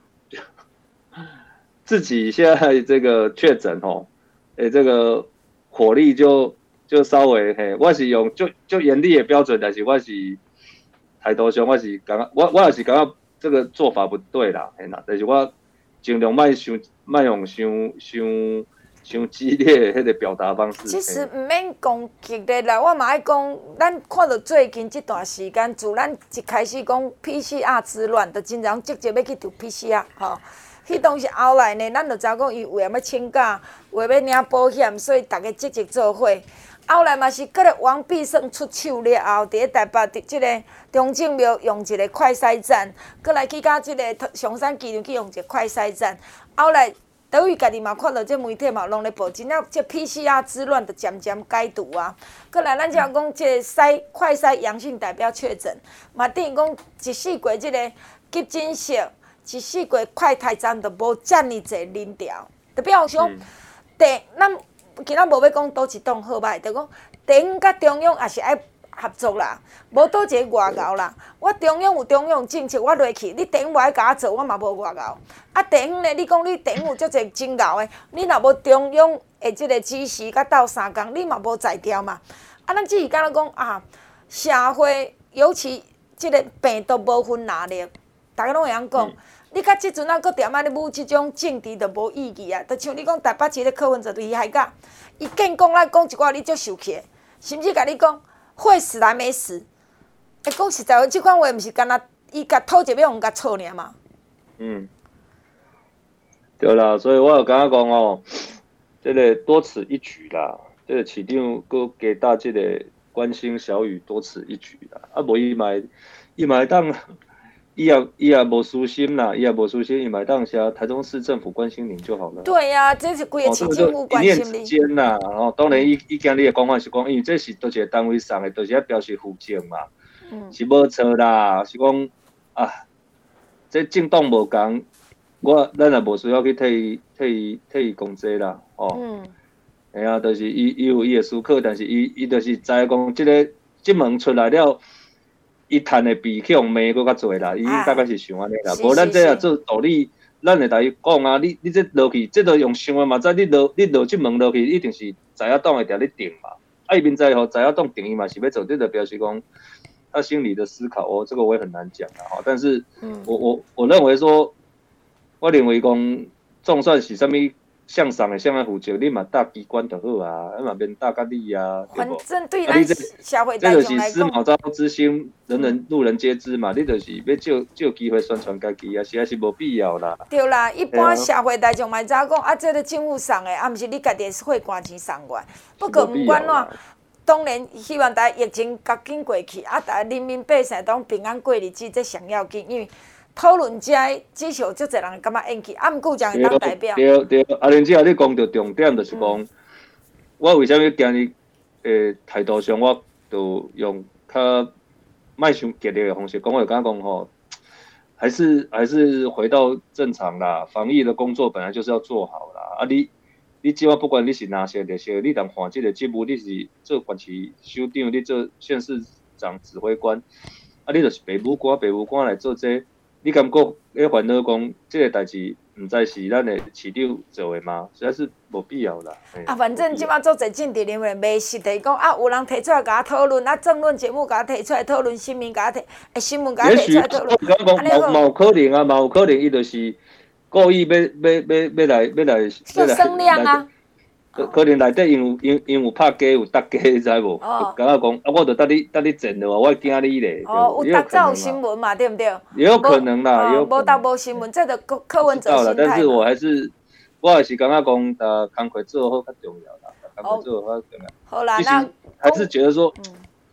自己现在这个确诊吼，诶、欸，这个火力就就稍微嘿，我是用就就严厉的标准，但是我是台头兄，我是感觉我我也是感觉这个做法不对啦，嘿啦，但是我尽量卖伤卖用伤伤伤激烈的迄个表达方式。 其实唔免攻击的啦，我嘛爱讲，咱看到最近这段时间，自咱一开始讲 P C R 之乱，就真正积极要去读 P C R 吼。迄当时后来呢，咱就知讲伊为要请假，为要领保险，所以大家积极做伙。后来嘛是，搁个王必胜出手了后，伫咧台北伫即个中正庙用一个快筛站，搁来去到即个松山机场去用一个快筛站。后来德宇家己嘛看到即媒体嘛，拢咧报，真了即 P C R 之乱就渐渐解除啊。搁来咱只讲即个筛快筛阳性代表确诊，嘛等于讲一四过即个急诊室。一四过快筛站就无遮尔济人潮，就比方说，地咱今仔无要讲倒一档好歹，就讲地方甲中央也是爱合作啦，无倒一个外交啦。我中央有中央政策，我落去，你地方无爱甲我做，我嘛无外交。啊，地方呢，你讲你地方有足侪真牛的，你若无中央的即个指示甲斗相共，你嘛无才调嘛。啊，咱只是敢若讲啊，社会尤其即个病毒无分哪力，大家拢会晓讲。嗯你甲即阵啊，搁踮啊咧舞即种政治就无意义啊！就像你讲台北市咧柯文哲对伊海角，伊建讲咱讲一寡你足受气的，甚至甲你讲会死还没死。会讲实在话，即款话毋是干那伊甲讨一要互甲错尔嘛？ 嗯，对啦，所以我有感觉讲哦，这个多此一举啦，这个市长搁加大这个关心小雨多此一举啦，啊无伊嘛伊嘛当。伊也伊也无私心啦，伊也无私心，伊买当下台中市政府关心您就好了。 对呀、啊，这是规个市政府关心你。 一念之间啦，然后当然伊伊今日的讲法是讲，因为这是都一个单位送的，都、就是要表示负责嘛，嗯、是无错啦，是讲啊，这政党无共，我咱也无需要去替伊替伊替伊讲这啦，哦，嗯，哎呀，就是伊伊有伊的思考，但是伊伊就是知讲这个这门出来了。伊趁的比去用骂搁较侪啦，伊大概是想安尼啦。无咱这也做道理，咱会甲伊讲啊，你你这落去，这都用想的嘛，知你落你落即门落去，一定是在野党会调你定嘛。啊，伊面在吼在野党定伊嘛是要做，这就表示讲他心里的思考哦，这个我也很难讲啦吼。但是，我我我认为说，我认为讲，总算是啥物。向上的向来负责，你嘛搭机关就好啊，你嘛免搭甲你啊，对无？ 反正对咱社会大众来讲，这就是司马昭之心，人人路人皆知嘛。你就是要借借机会宣传家己啊，实在是无必要啦。 对啦，一般社会大众嘛知影讲啊，这个政府送的，啊，毋是你家己的血汗钱送过来。不过毋管怎，当然希望大家疫情赶紧过去，啊，大家人民百姓当平安过日子，这上要紧，因为。讨论遮至少足侪人感觉延期，啊，毋过将会当代表。 对对，啊，连只啊，你讲到重点就是讲，嗯、我为虾米今日诶态度上，我就用较卖伤激烈的方式讲，我就感觉讲吼，还是还是回到正常啦。防疫的工作本来就是要做好啦。啊，你你即摆不管你是哪些的些，你当换即个职务，你是做县市首长，你做县市长指挥官，啊，你就是北武官，北武官来做这個。你感觉咧烦恼讲这个代志，毋知是咱的市长做的吗？实在是无必要啦。 啊，反正即摆做侪政治人物，袂实地讲啊，有人提出来甲我讨论，啊，政论节目甲我提出来讨论，新闻甲我提，诶，新闻甲我提出来讨论。 也许我讲嘛有可能啊，嘛有可能伊就是故意要要要要来要来。 做声量啊。 可能内底因有因因有拍假有搭假，知无？就感觉讲啊，我着搭你搭你整的话，我惊你咧。 哦，有搭造新闻嘛，对不对？ 也有可能啦，也有无搭无新闻，这个柯文哲心态。 但是我还是，我还是感觉讲，呃，工课做好较重要啦，工课做好较重要。 好啦，那还是觉得说，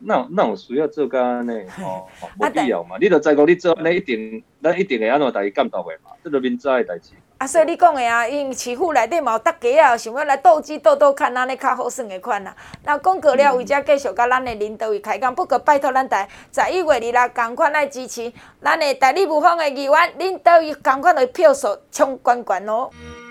那那有需要做甲安尼哦，无必要嘛。你著知讲你做安尼一定，咱一定会安怎，大家监督的嘛，这著明知的代志。 啊，所以你讲的啊，因市府内底嘛有大家啊，想要来斗智斗斗看安尼较好算的款啦。那讲过了，为遮继续甲咱的领导位开讲，不过拜托咱台十一月二日共款来支持咱的大理部方的议员领导位共款的票数冲关关哦。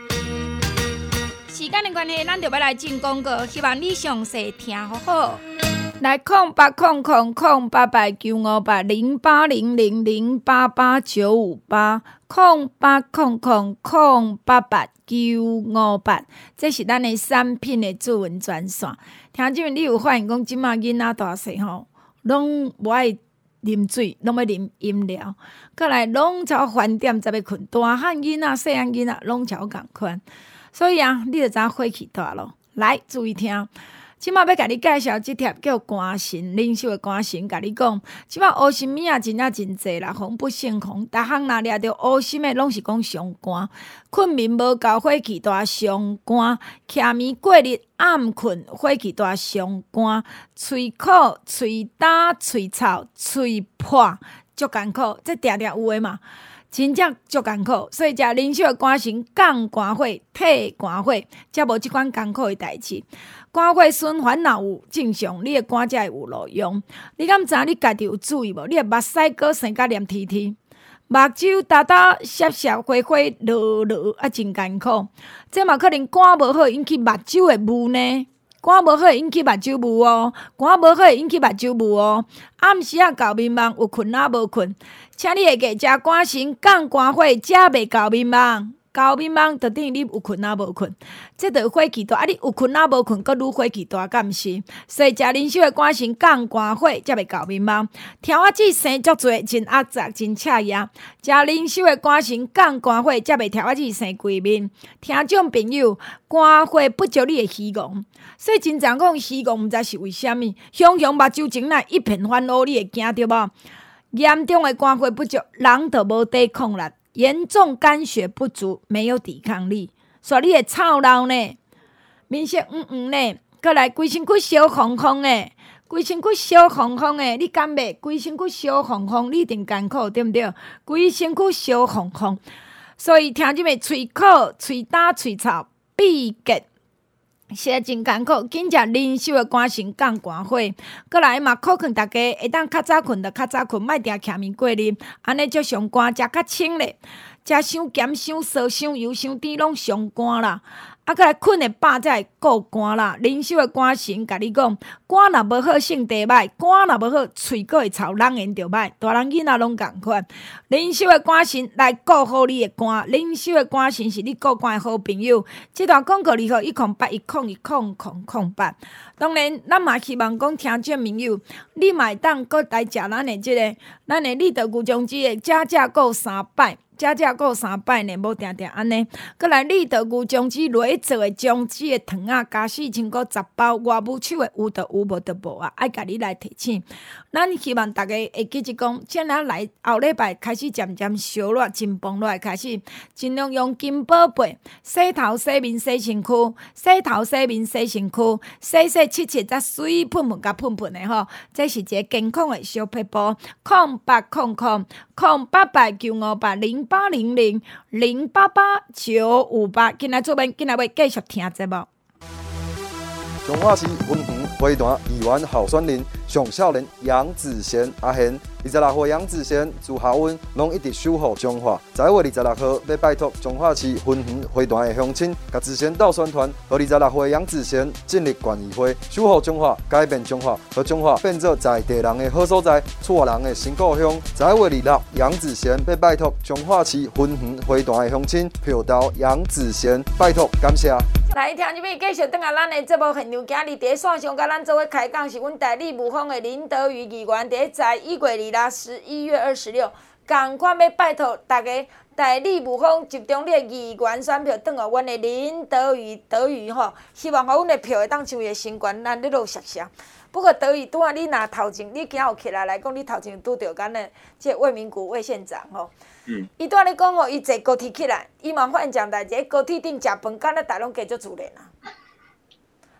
时间的关系，咱就要来进广告，希望你详细听好好。 来空八空空空八八九五八零八零零零八八九五八空八空空空八八九五八，这是咱的产品的主文专线。听众，你有发现讲，即马囡仔大细吼，拢无爱啉水，拢要啉饮料，过来拢朝饭店才要困。大汉囡仔、细汉囡仔拢朝共款，所以啊，你就知影火气大咯。来，注意听。即马要甲你介绍即贴叫肝神，灵修的肝神，甲你讲，即马乌心物啊真正真济啦，防不胜防。逐项若掠着乌心的，拢是讲伤肝，困眠无够，火气大伤肝；徛眠过日暗困，火气大伤肝；喙苦、喙焦、喙臭、喙破，足艰苦，这定定有诶嘛。真正足艰苦，所以食灵修的肝神降肝火、退肝火，才无即款艰苦的代志。肝火循环若有正常，你的肝才会有路用。你敢知你家己有注意无？你的目屎果生甲黏贴贴，目睭焦焦、涩涩、花花、落落，啊，真艰苦。这嘛可能肝无好引起目睭的雾呢？肝无好会引起目睭雾哦，肝无好会引起目睭雾哦。暗时啊，搞眠梦有困啊无困，请你会记食肝神降肝火，才袂搞眠梦。搞眠梦就等于你有困啊无困，这就火气大。啊，你有困啊无困，阁愈火气大，敢毋是？所以食灵修的肝神降肝火，才袂搞眠梦。条仔子生足侪，真压杂，真赤牙。食灵修的肝神降肝火，才袂条仔子生规面。听众朋友，肝火不足你的虚妄，所以真常讲虚妄，毋知是为虾米。熊熊目睭前来一片烦恼，你会惊着无？严重的肝火不足，人就无抵抗力。严重肝血不足，没有抵抗力，所以你会臭老呢，面色黄黄呢，过来规身躯烧红红的，规身躯烧红红的，你敢袂？规身躯烧红红，你一定艰苦，对毋对？规身躯烧红红，所以听即个喙苦、喙焦、喙臭、闭结。实在真艰苦，紧食灵修的肝神降肝火，过来嘛，可劝大家会当较早困就较早困，莫定徛眠过日，安尼足伤肝，食较清咧，食伤咸、伤烧、伤油、伤甜，拢伤肝啦。啊，过来困会饱才会顾肝啦。灵修的肝神甲你讲，肝若无好，性地歹；肝若无好，喙阁会臭，人缘就歹。大人囡仔拢共款。灵修的肝神来顾好你的肝，灵修的肝神是你顾肝的好朋友。这段广告里头一空八一空一空空空八。当然，咱嘛希望讲听众朋友，你嘛会当搁来食咱的即、这个，咱的立德牛中鸡的加价购三摆。加价购三摆呢，无定定安尼。过来立德牛中鸡落做的中鸡的糖啊，加四千个十包，外母手的有就有，无就无啊。爱甲你来提醒，咱希望大家会记住讲，现在来后礼拜开始渐渐烧热、真崩落来开始，尽量用金宝贝洗头、洗面、洗身躯，洗头、洗面、洗身躯，洗洗切切才水喷喷甲喷喷的吼。这是一个健康的小撇步。空八空空空八八九五八零。八零零零八八九五八，今仔做面，今仔要继续听节目。 彰化市文园花坛议员候选人上少年杨子贤阿贤，二十六岁杨子贤自校运拢一直守护彰化。十一月二十六号要拜托彰化市文园花坛的乡亲，甲子贤斗宣传，和二十六岁杨子贤进入县议会，守护彰化，改变彰化，和彰化变做在地人的好所在，厝人的新故乡。十一月二六，杨子贤要拜托彰化市文园花坛的乡亲，票投杨子贤，拜托感谢。 来，听入去继续等下咱的节目现场，今日伫线上甲咱做伙开讲是阮大理部方的林德瑜议员，伫十一月二日、十一月二十六，共款要拜托大家大理部方集中你的议员选票，转互阮的林德瑜德瑜吼，希望互阮的票会当成为新官，咱咧落实实。不过德瑜拄仔你若头前，你今仔有起来来讲，你头前拄着咱的即个魏明谷魏县长吼。嗯，伊拄仔咧讲吼，伊坐高铁起来，伊嘛发现一件代志，高铁顶食饭，敢若大拢加足自然啊。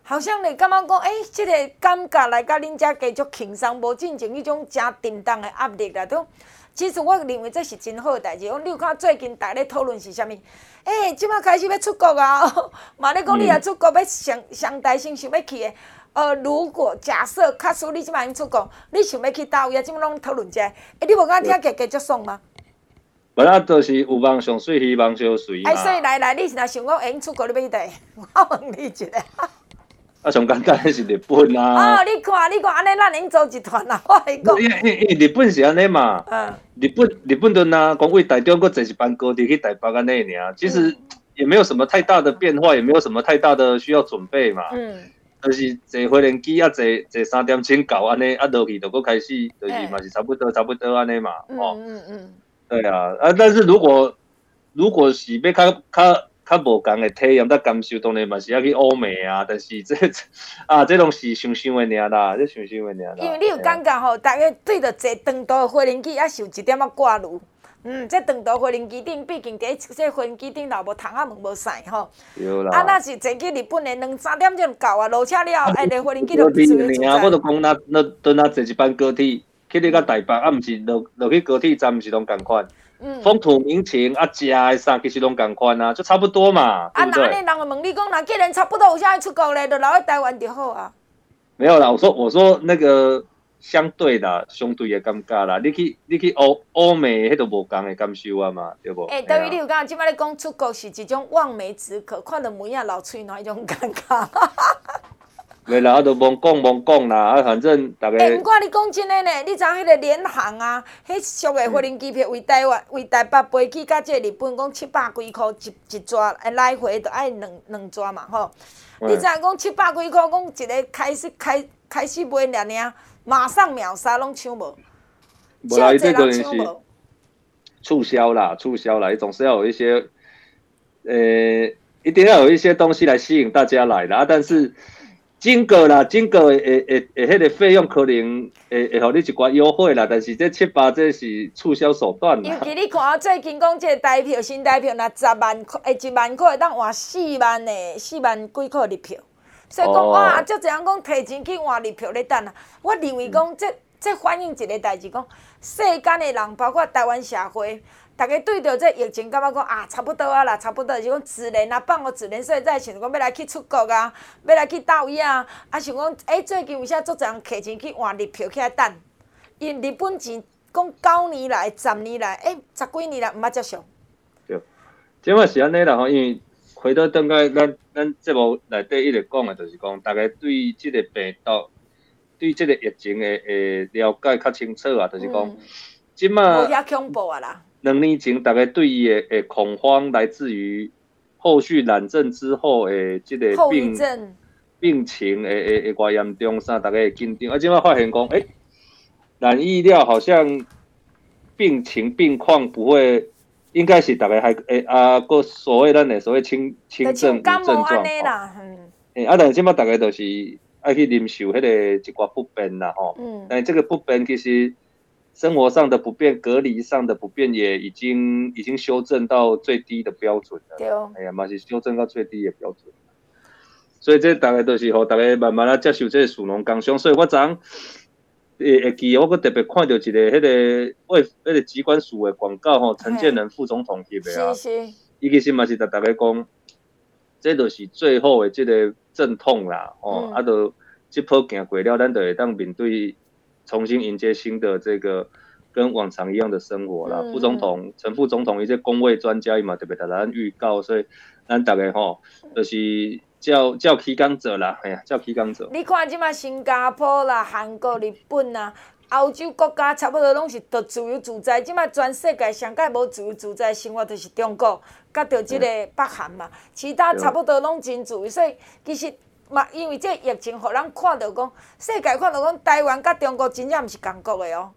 好像你感觉讲，诶、欸，即、这个感觉来甲恁遮继续轻松，无进前迄种真沉重的压力啦。都，其实我认为这是真好的代志。讲你有看最近大家讨论是啥物？诶、欸，即摆开始要出国啊，嘛咧讲你若出国要上上台先想要去的。呃，如果假设假使你即摆已经出国，你想要去倒位啊？即摆拢讨论者，诶、欸，你无感觉听加加足爽吗？ 无啦，就是有梦上水，希望相随嘛。 哎，所以来来，你是若想讲会出国，你要去倒？我问你一下。 啊，上简单是日本啊！ 哦，你看，你看，安尼咱能组一团啊！我跟你讲， 因为因为日本是安尼嘛，嗯，日本日本人啊，讲为台中搁坐一班高铁去台北安尼尔，其实也没有什么太大的变化，也没有什么太大的需要准备嘛。嗯，就是坐飞轮机啊，坐坐三点钟到安尼，啊落去就搁开始，就是嘛是差不多差不多安尼嘛。哦，嗯嗯，对啊，啊，但是如果如果是要较较。较无共的体验，甲感受当然嘛是要去欧美啊，但是这啊，这拢是想想的尔啦，这想想的尔啦。 因为你有感觉吼，大家对着坐长途的飞轮机，还受一点仔挂虑。嗯，这长途飞轮机顶，毕竟伫这飞轮机顶头无窗仔门无晒吼。 对啦。 啊，若是坐去日本的两三点钟到啊，落车了，哎，个飞轮机就自由自在。 我就讲，那那等下坐一班高铁去你到台北，啊，毋是落落去高铁站，毋是拢共款。嗯、风土民情啊，食的啥其实拢共款啊，就差不多嘛，对不对？啊， 那人问你讲，那既然差不多，有啥出国咧，就留喺台湾就好啊。 没有啦，我说我说那个相对啦，相对的感觉啦，你去你去欧欧美，迄都无共的感受啊嘛，对不？ 诶、欸，等于你有讲，即摆咧讲出国是一种望梅止渴，看到梅啊流喙那迄种感觉。 袂啦，啊，都罔讲罔讲啦，啊，反正大家。 诶，毋过你讲真诶呢，你知影迄个联航啊，迄俗诶飞轮机票为台湾、为台北飞去甲即个日本，讲七百几箍一一抓，诶，来回都爱两两抓嘛吼。嗯、你知影讲七百几箍，讲一个开始开开始买尔尔，马上秒杀，拢抢无。 无啦，伊这个是促销啦，促销啦，总是要有一些，呃，一定要有一些东西来吸引大家来啦，但是。金额啦，金额会会会会，迄个费用可能会会互你一寡优惠啦，但是这七八这是促销手段啦。 尤其你看最近讲这个台票，新台票，若十万块，诶，一万块会当换四万的，四万几块日票。所以讲、哦、哇，足侪人讲提前去换日票咧等啊。我认为讲这这反映一个代志，讲世间的人，包括台湾社会。大家对着这疫情，感觉讲啊，差不多啊啦，差不多是讲自然啊，放互自然，所以才想讲要来去出国啊，要来去倒位啊，啊想讲，哎、欸，最近有啥足侪人提前去换日票起来等，因日本钱讲九年来、十年来，哎、欸，十几年来毋捌接受。 对，即摆是安尼啦吼，因为回到转来，咱咱节目内底一直讲的，就是讲大家对即个病毒、对即个疫情的诶了解较清楚啊，就是讲，即摆无遐恐怖啊啦。 两年前，大家对伊的诶恐慌来自于后续染症之后诶，即个病病情诶诶诶偌严重啥，大家会紧张。啊，即摆发现讲，诶，染疫了好像病情病况不会，应该是大家还诶啊个所谓咱诶所谓轻轻症无症状。诶，啊，但是即摆大家就是爱去忍受迄个一寡不便啦吼。嗯。但这个不便其实。生活上的不便、隔离上的不便，也已经已经修正到最低的标准了。对哦。哎呀，嘛是修正到最低的标准。所以这大概都是互大家慢慢啊接受这个属农工商。所以我昨昏会会记，我阁特别看到一个迄个为迄个机关署的广告吼，陈建仁副总统翕的啊。是是。伊其实嘛是甲大家讲，这就是最后的这个阵痛啦。哦，嗯、啊，就这波行过了，咱就会当面对。重新迎接新的这个跟往常一样的生活啦。嗯、副总统、陈副总统一些公卫专家嘛，特别甲咱预告，所以咱大家吼，就是叫叫起工做啦，哎呀，叫起工做。 你看即马新加坡啦、韩国、日本啦、欧洲国家，差不多拢是都自由自在。即马全世界上界无自由自在生活，就是中国，甲着即个北韩嘛，其他差不多拢真自由，所以其实。嘛，因为这疫情，互咱看到讲，世界看到讲，台湾甲中国真正毋是同国的哦。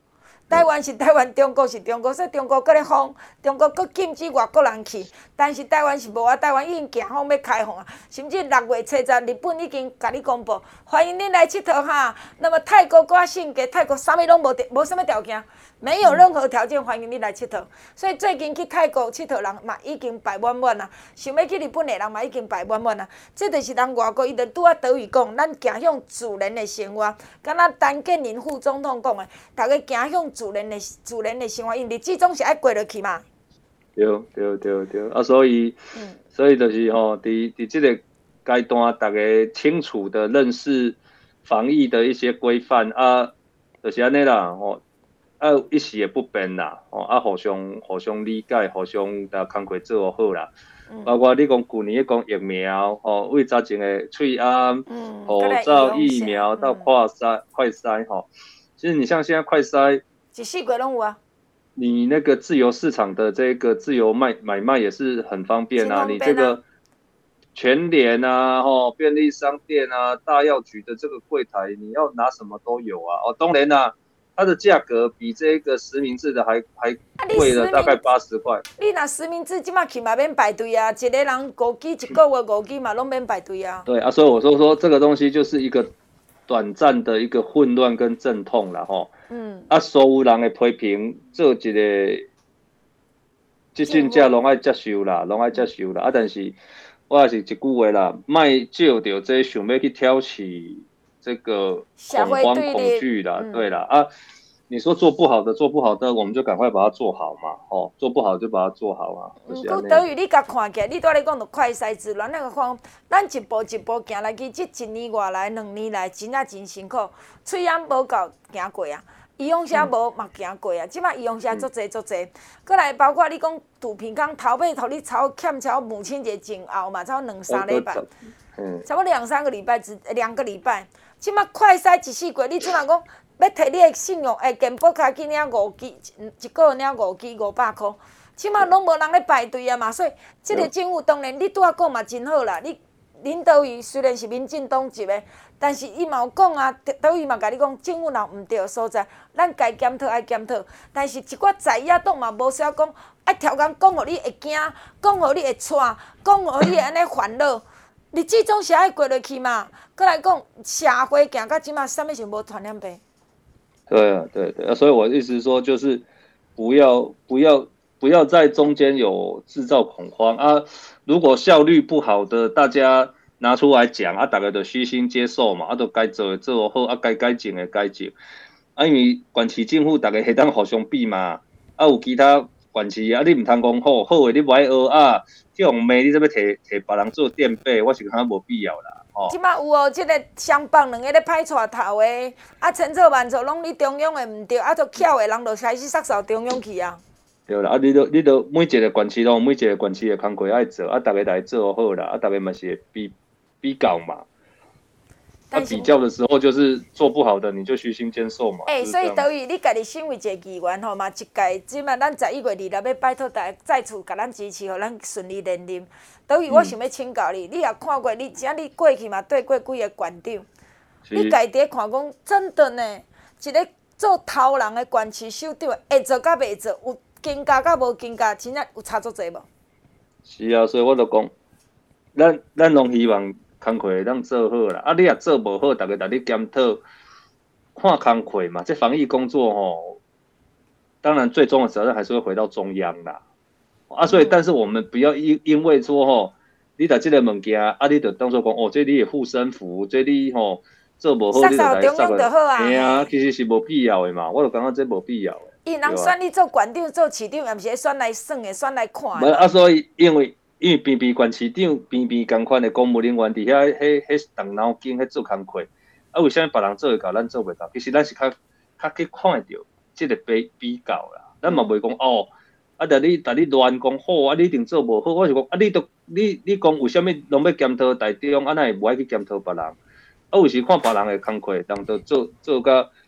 台湾是台湾，中国是中国，说中国搁咧封，中国搁禁止外国人去，但是台湾是无啊，台湾已经行方要开放啊，甚至六月初十，日本已经甲你公布，欢迎恁来佚佗哈。那么泰国我性格，泰国啥物拢无无啥物条件，没有任何条件欢迎你来佚佗。所以最近去泰国佚佗人嘛已经排满满啊，想要去日本的人嘛已经排满满啊。这就是咱外国伊就拄啊德语讲，咱行向自然的生活，敢若陈建仁副总统讲的，大家行向自然的自然的生活，因日子总是爱过落去嘛。 对对对对，啊，所以，嗯、所以就是吼，伫伫这个阶段，大家清楚的认识防疫的一些规范啊，就是安尼啦，吼，啊，一时也不变啦，吼，啊，互相互相理解，互相甲工课做好啦。嗯、包括你讲去年讲疫苗，吼，为早前的喙安、口罩、疫苗到快筛、快筛，吼，其实你像现在快筛， 一四月拢有啊。 你那个自由市场的这个自由卖买卖也是很方便啊，你这个全联啊、哦便利商店啊、大药局的这个柜台，你要拿什么都有啊。哦，当然啦、啊，它的价格比这个实名制的还还贵了大概八十块。 你拿实名制，即马去嘛免排队啊，一个人五支，一个月五支嘛，拢免排队啊。 对啊，所以我说说这个东西就是一个短暂的一个混乱跟阵痛啦，吼。嗯，啊，所有人的批评做一个，即阵则拢爱接受啦，拢爱接受啦。啊，但是我也是一句话啦，莫照着这想要去挑起这个恐慌恐惧啦，嗯、对啦。啊，你说做不好的，做不好的，我们就赶快把它做好嘛，吼、哦，做不好就把它做好啊。 毋过等于你甲看起来，你拄咧讲到快筛治疗，那个看，咱一步一步行来去，即一年外来、两年来，真啊真辛苦，喙安无够行过啊。医用车无嘛行过啊，即摆医用车足济足济，过来包括你讲杜平康头尾头，你超欠超母亲节前后嘛，超两三礼拜，差不多两三个礼拜，只两个礼拜。即摆快筛一四过，你即摆讲要摕你的信用诶健保卡去领五支，一个月领五支五百箍，即摆拢无人咧排队啊嘛，所以即个政府当然你拄仔讲嘛真好啦，你林德宇虽然是民进党籍的。但是伊嘛有讲啊，倒伊嘛甲你讲，政府若毋对的所在，咱该检讨爱检讨。但是一寡在野党嘛无啥讲，爱超工讲互你会惊，讲互你会喘，讲互你会安尼烦恼。日子总是爱过落去嘛。搁来讲，社会行到即马，啥物是无传染病？ 对啊，对对啊，所以我意思说就是不要不要不要在中间有制造恐慌啊。如果效率不好的，大家拿出来讲啊，大家就虚心接受嘛，啊，都该做的做好，啊，该改进的改进。啊，因为县市政府大家会当互相比嘛，啊，有其他县市啊，你唔通讲好，好的你歹学啊，去用骂你，怎要摕摕别人做垫背，我是感觉无必要啦。哦， 即马有哦，即、這个双棒两个咧歹带头的，啊，千错万错拢你中央的唔对，啊，都巧的人就开始杀扫中央去啊。 对啦，啊，你都你都每一个县市拢每一个县市的工课爱做，啊，大家来做好啦，啊，大家嘛是比。比较嘛，啊，比较的时候就是做不好的，你就虚心接受嘛。 哎、欸，所以等于你家己身为一个议员吼嘛，一届即摆咱十一月二日要拜托大家再次甲咱支持，互咱顺利连任。等于我想要请教你，嗯、你也看过，你只你过去嘛对过几个县长，你家己看讲，真的呢，一个做头人的县市首长，会做甲袂做，有经加甲无经加，真正有差足济无？ 是啊，所以我就讲，咱咱拢希望。工课当做好啦，啊，你若做无好，大家逐日检讨，看工课嘛。这防疫工作吼，当然最终的责任还是会回到中央啦。啊，所以但是我们不要因因为说吼，你在这个物件，啊，你就当作讲哦，这你的护身符，这你吼做无好，你就来杀个。嘿啊，其实是无必要的嘛，我就感觉这无必要的。 伊人选你做县长、做市长，也毋是选来耍的，选来看的。 啊，所以因为。因为边边县市长、边边同款的公务人员伫遐，迄迄动脑筋迄做工课，啊，为啥物别人做会到，咱做袂到？其实咱是较较去看到即个比比较啦，咱嘛袂讲哦，啊，但你但你乱讲好，啊，你一定做无好，我是讲啊，你都你你讲为啥物拢要检讨台中，啊，那会无爱去检讨别人？啊，有时看别人的工课，人都做做甲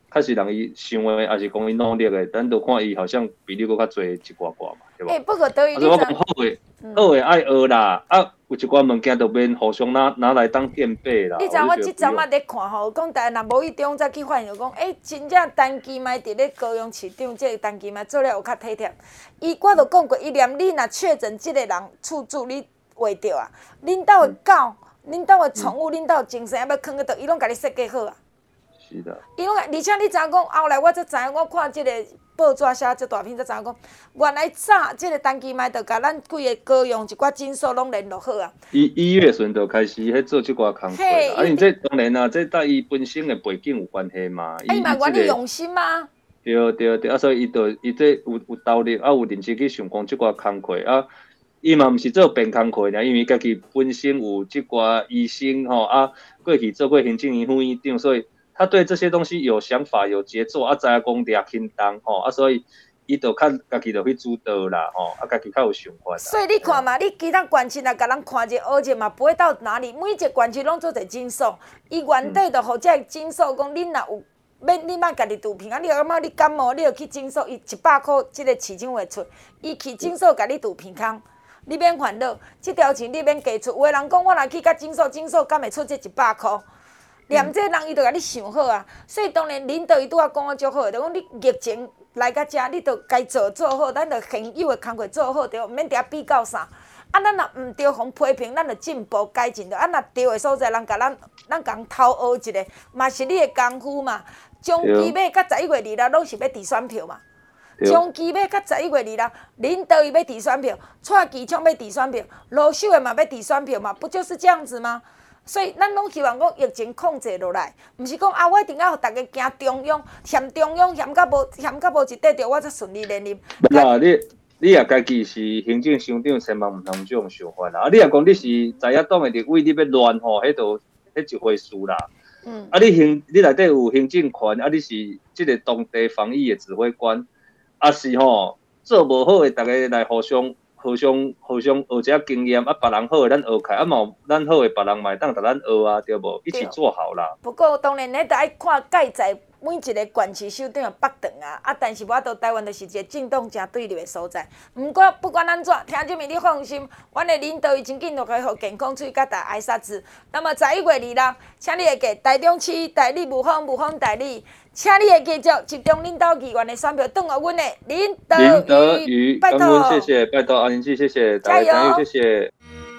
确实人伊想的，还是讲伊努力的，咱就看伊好像比你搁较侪一寡寡嘛，对吧？ 诶、欸，不过对于你我讲好诶，好诶爱学啦，啊，有一寡物件就免互相拿拿来当垫背啦。 你知我即阵仔咧看吼，讲台若无意中才去发现讲，诶、欸，真正陈其迈伫咧高雄市长，即、这个陈其迈做了有较体贴。伊我都讲过，伊连你若确诊即个人厝主你画着啊，恁兜的狗、恁兜的宠物、恁兜精神要囥喺倒，伊拢甲你设计好啊。 是的。 伊拢，而且你知影讲，后来我才知影，我看即个报纸写即大篇才知影讲，原来早即个陈其迈就甲咱几个高雄一寡诊所拢联络好啊。 伊一月阵就开始喺做即寡工作啦，啊，因这当然啦，这甲伊本身的背景有关系嘛。 啊，伊嘛愿意用心嘛。 对对对，啊，所以伊就伊这有有斗力，啊，有认真去想讲即寡工课啊。伊嘛毋是做便工课尔，因为家己本身有即寡医生吼啊，过去做过行政院副院长，所以他对这些东西有想法、有节奏啊，知影讲掠轻重吼啊，所以伊就较家己就去主导啦吼，啊，家己较有想法。 所以你看嘛，你其他县市若甲人看者学者嘛，不会到哪里。每一个县市拢做者诊所，伊原底就互这诊所讲，恁若有免你莫家己拄平啊，你若感觉你感冒，你就去诊所，伊一百箍即个市长会出，伊去诊所甲你拄平康。你免烦恼，即条钱你免加出。有诶人讲，我若去甲诊所，诊所敢会出这一百箍？连这人伊就甲你想好啊。所以当然领导伊拄仔讲啊足好诶，就讲你疫情来到遮，你就该做做好，咱就现有诶工课做好着，毋免伫遐比较啥。啊，咱若毋对，互批评，咱就进步改进着。啊，若对诶所在，人甲咱咱共偷学一个，嘛是你诶功夫嘛。从期尾到十一月二日，拢是要递选票嘛。从期尾到十一月二日，领导伊要递选票，蔡其昌要递选票，罗秀的嘛要递选票嘛，不就是这样子吗？所以咱拢希望讲疫情控制落来，毋是讲啊，我一定要互大家行中央，嫌中央嫌到无嫌到无一块着，我才顺利连任。 啦，你你也家己是行政省长，千万毋通这种想法啦。啊，你若讲你是在野党的立委，你要乱吼，迄就迄一回事啦。嗯。啊，你行你内底有行政权，啊，你是即个当地防疫的指挥官。啊是吼，做无好诶，大家来互相、互相、互相学一下经验。啊，别人好诶，咱学开；啊，嘛咱好诶，别人嘛当甲咱学啊，对无？一起做好啦。 不过当然，咱得爱看介在每一个县市首长诶北顿啊，啊，但是我到台湾就是一个震动真对立诶所在。毋过不管安怎，听这面你放心，阮诶领导伊真紧就可以互健康水甲大爱沙子。那么十一月二日，请你会记台中市代理吴芳、吴芳代理。请你会继续集中恁兜议员的选票，转互阮的林德瑜，拜托， 谢谢，拜托阿玲姐，谢谢，大家加油，谢谢。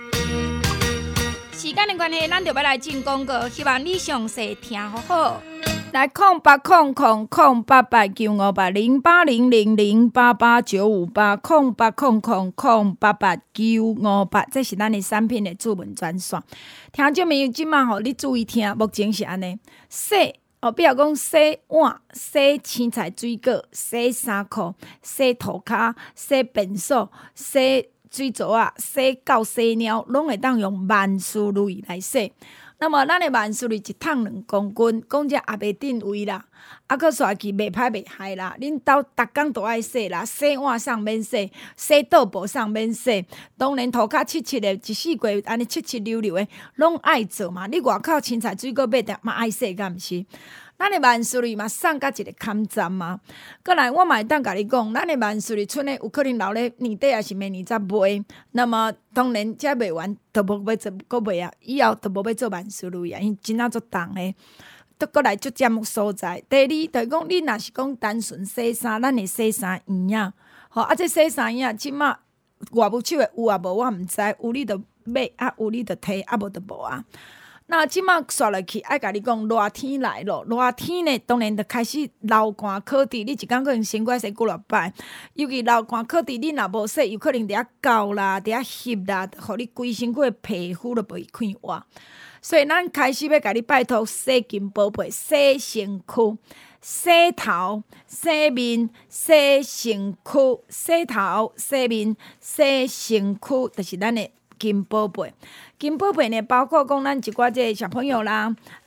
时间的关系，咱就要来进广告，希望你详细听好好。 来空八空空空八八九五八零八零零零八八九五八空八空空空八八九五八，这是咱的产品的主文专线。听众朋友，今晚吼你注意听，目前是安尼，洗哦，比如讲洗碗、洗青菜水果、洗衫裤、洗涂骹、洗便所、洗水槽啊、洗狗、洗猫，拢会当用万事如意来洗。那么咱的万事如意一桶两公斤，讲这也袂定位啦，啊，佫刷去袂歹袂害啦。恁兜逐工都爱洗啦，洗碗上免洗，洗桌布上免洗，当然涂骹七七的，一四季安尼七七溜溜的，拢爱做嘛。你外口青菜水果买的嘛爱洗，敢毋是？咱的万事如意嘛送甲一个坎站嘛。过来，我嘛会当甲你讲，咱的万事如意剩的有可能留咧年底也是明年才卖。那么当然，这卖完都无要做，搁卖啊！以后都无要做万事如意啊，因真啊足重诶。倒过来足占所在。第二，就是讲你若是讲单纯洗衫，咱会洗衫衣啊。吼，啊，这洗衫衣啊，即马外务手诶有啊无我毋知，有你着买，啊有你着摕，啊无着无啊。那即马刷落去，爱甲你讲热天来咯，热天呢，当然就开始流汗烤地，你一工可能先过洗几落摆，尤其流汗烤地，你若无洗，有可能伫遐搞啦，伫遐翕啦，互你规身躯的皮肤都袂快活。所以咱开始要甲你拜托洗金宝贝，洗身躯、洗头、洗面、洗身躯、洗头、洗面、洗身躯，就是咱的金宝贝。金宝贝呢，包括讲咱一寡这小朋友啦，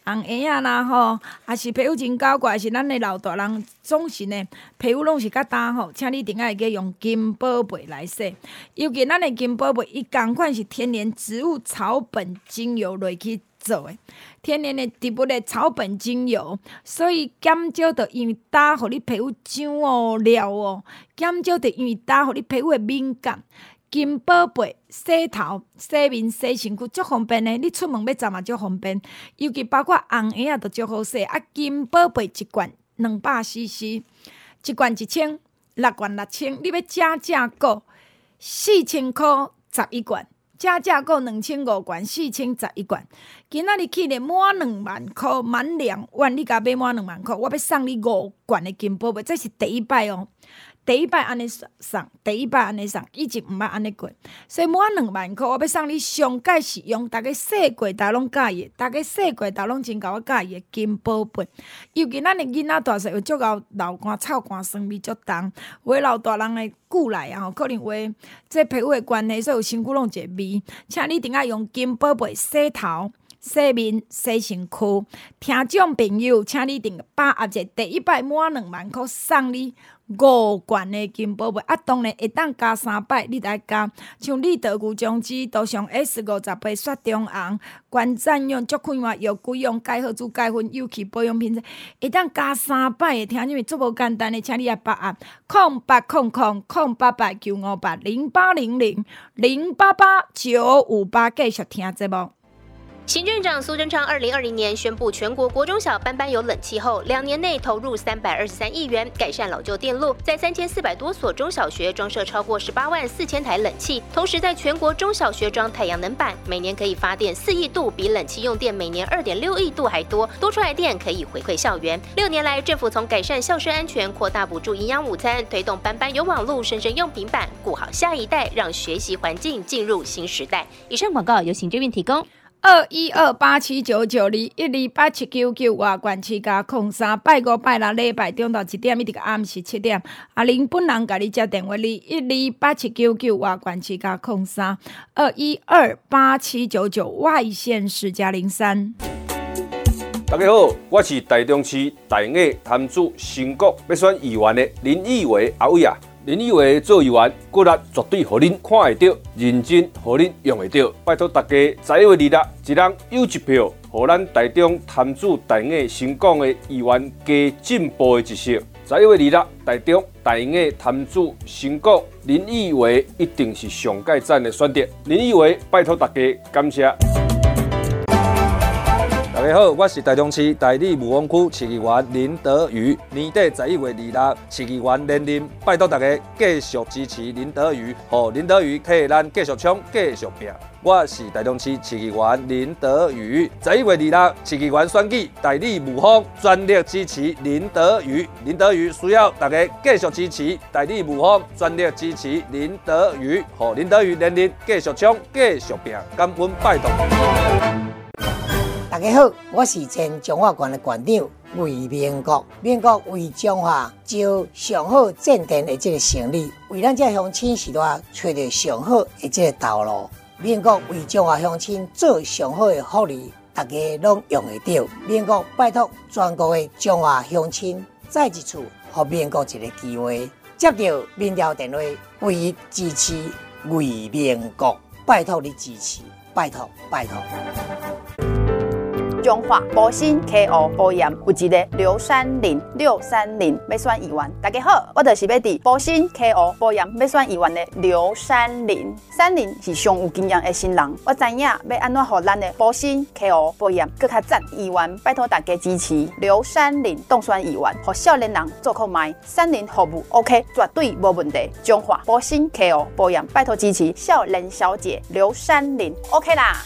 红鞋啊啦吼，也是皮肤真搞怪，是咱的老大人总是呢皮肤拢是较干吼，请你一定要记用金宝贝来洗。尤其咱的金宝贝，伊同款是天然植物草本精油落去做的，天然的植物的草本精油，所以减少着因为干，互你皮肤痒哦、撩哦，减少着因为干，互你皮肤的敏感。金宝贝洗头、洗面、洗身躯足方便的，你出门要站嘛足方便。尤其包括红鞋啊，都足好洗。啊，金宝贝一罐两百 C C， 一罐一千，六罐六千。你要加价购四千块十一罐，加价购两千五罐，四千十一罐。今仔日去咧满两万块，满两万，你甲买满两万块，我要送你五罐的金宝贝，这是第一摆哦。第一摆安尼送，第一摆安尼送，以前毋捌安尼过，所以满两万块，我要送你上届使用，逐个洗过头拢介意，逐个洗过头拢真甲我介意的金宝贝。尤其咱的囡仔大细有足够流汗、臭汗、酸味足重，有的老大人的久来啊，可能有的这皮肤的关系，所以有身躯拢有一个味。请你一定要用金宝贝洗头、洗面、洗身躯。听众朋友，请你一定把握者第一摆满两万块送你五罐的金宝贝，啊，当然会当加三摆，你来加。像立德牛姜汁，都上 S 五十倍雪中红，关赞用足快活药贵用钙好珠钙粉有机保养品，会当加三摆的。听因为足无简单的，请你来把握。空八空空空八八九五八零八零零零八八九五八，继续听节目。 行政长苏贞昌二零二零年宣布全国国中小班班有冷气后，两年内投入三百二十三亿元改善老旧电路，在三千四百多所中小学装设超过十八万四千台冷气，同时在全国中小学装太阳能板，每年可以发电四亿度，比冷气用电每年二点六亿度还多，多出来电可以回馈校园。六年来，政府从改善校舍安全、扩大补助营养午餐、推动班班有网路、生生用平板，顾好下一代，让学习环境进入新时代。以上广告由行政院提供。 二一二八七九九二一二八七九九外管七加空三拜五拜六礼拜中到一点一直到暗时七点，阿玲本人甲你接电话，你一二八七九九外管七加空三二一二八七九九外县市加零三。 大家好，我是台中市大雅潭子新国要选议员的林义伟阿伟啊。林义伟做议员，骨力绝对互恁看会到，认真互恁用会到。拜托大家十一月二日，一人有一票，互咱台中潭子大雅新港的议员加进步的一色。十一月二日，台中大雅潭子新港林义伟一定是上届赞的选择。林义伟，拜托大家，感谢。 大家好，我是台中市大理武王区市议员林德瑜。年底十一月二日，市议员连任，拜托大家继续支持林德瑜，让林德瑜替咱继续冲、继续拼。我是台中市市议员林德瑜。十一月二日，市议员选举，大理武方全力支持林德瑜。林德瑜需要大家继续支持，大理武方全力支持林德瑜，让林德瑜连任，继续冲、继续拼。感恩拜托。 大家好，我是前中华县的县长魏明国。明国为中华招上好建电的这个成立，为咱这乡亲时代找到上好的这个道路。明国为中华乡亲做上好的福利，大家拢用得到。明国拜托全国的中华乡亲，再一次给明国一个机会，接到民调电话，为伊支持魏明国，拜托你支持，拜托拜托。 中华保新 K O 保盐有一个刘山林，刘山林要选议员。大家好，我就是要伫保新 K O 保盐要选议员的刘山林。山林是上有经验的新人，我知影要安怎互咱的保新 K O 保盐更较赞。议员拜托大家支持刘山林当选议员，互少年人做购买，山林服务 OK， 绝对无问题。中华保新 K O 保盐拜托支持少年小姐刘山林 OK 啦。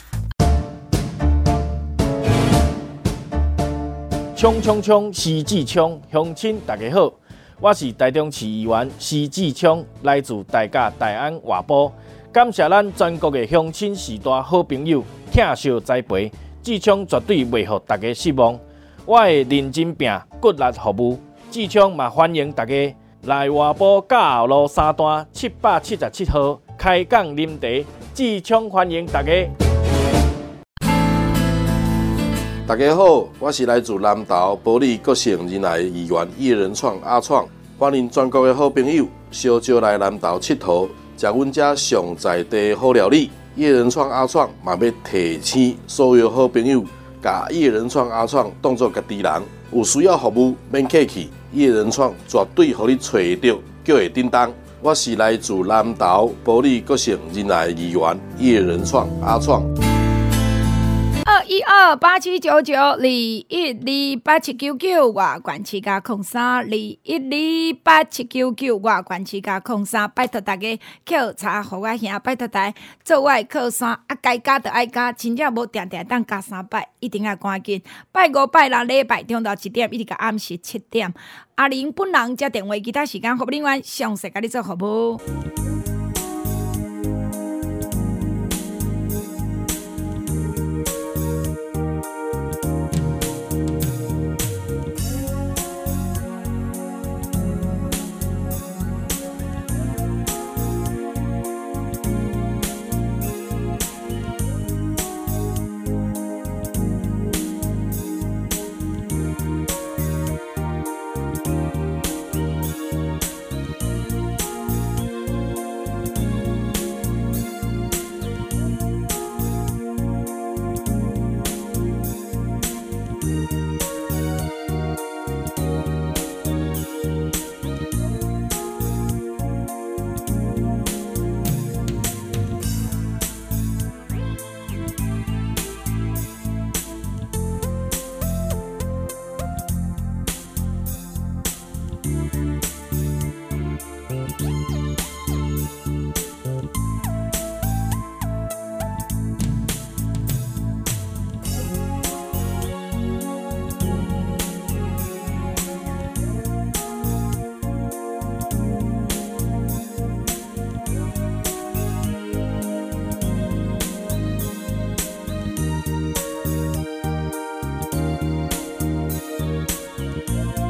冲冲冲！施志昌，乡亲大家好，我是台中市议员施志昌，来自大甲大安外埔，感谢咱全国的乡亲时代好朋友疼惜栽培，志昌绝对袂互大家失望。我会认真拼，骨力服务。志昌嘛欢迎大家来外埔嘉后路三段七百七十七号开讲啉茶，志昌欢迎大家。 大家好，我是来自南投埔里国姓仁爱的议员叶仁创阿创，欢迎全国的好朋友小招来南投佚佗，食阮遮上在地好料理。叶仁创阿创嘛要提醒所有好朋友，甲叶仁创阿创当作家己人，有需要服务免客气，叶仁创绝对互你找到，叫会叮当。我是来自南投埔里国姓仁爱的议员叶仁创阿创。 二一二八七九九二一二八七九九外管七加空三二一二八七九九外管七加空三，拜托大家扣查互我兄，拜托大家做我的靠山，啊该加就爱加，真正无定定当加三摆，一定要赶紧。拜五拜六礼拜中昼一点一直到暗时七点，阿玲本人接电话，其他时间服务人员详细甲你做服务。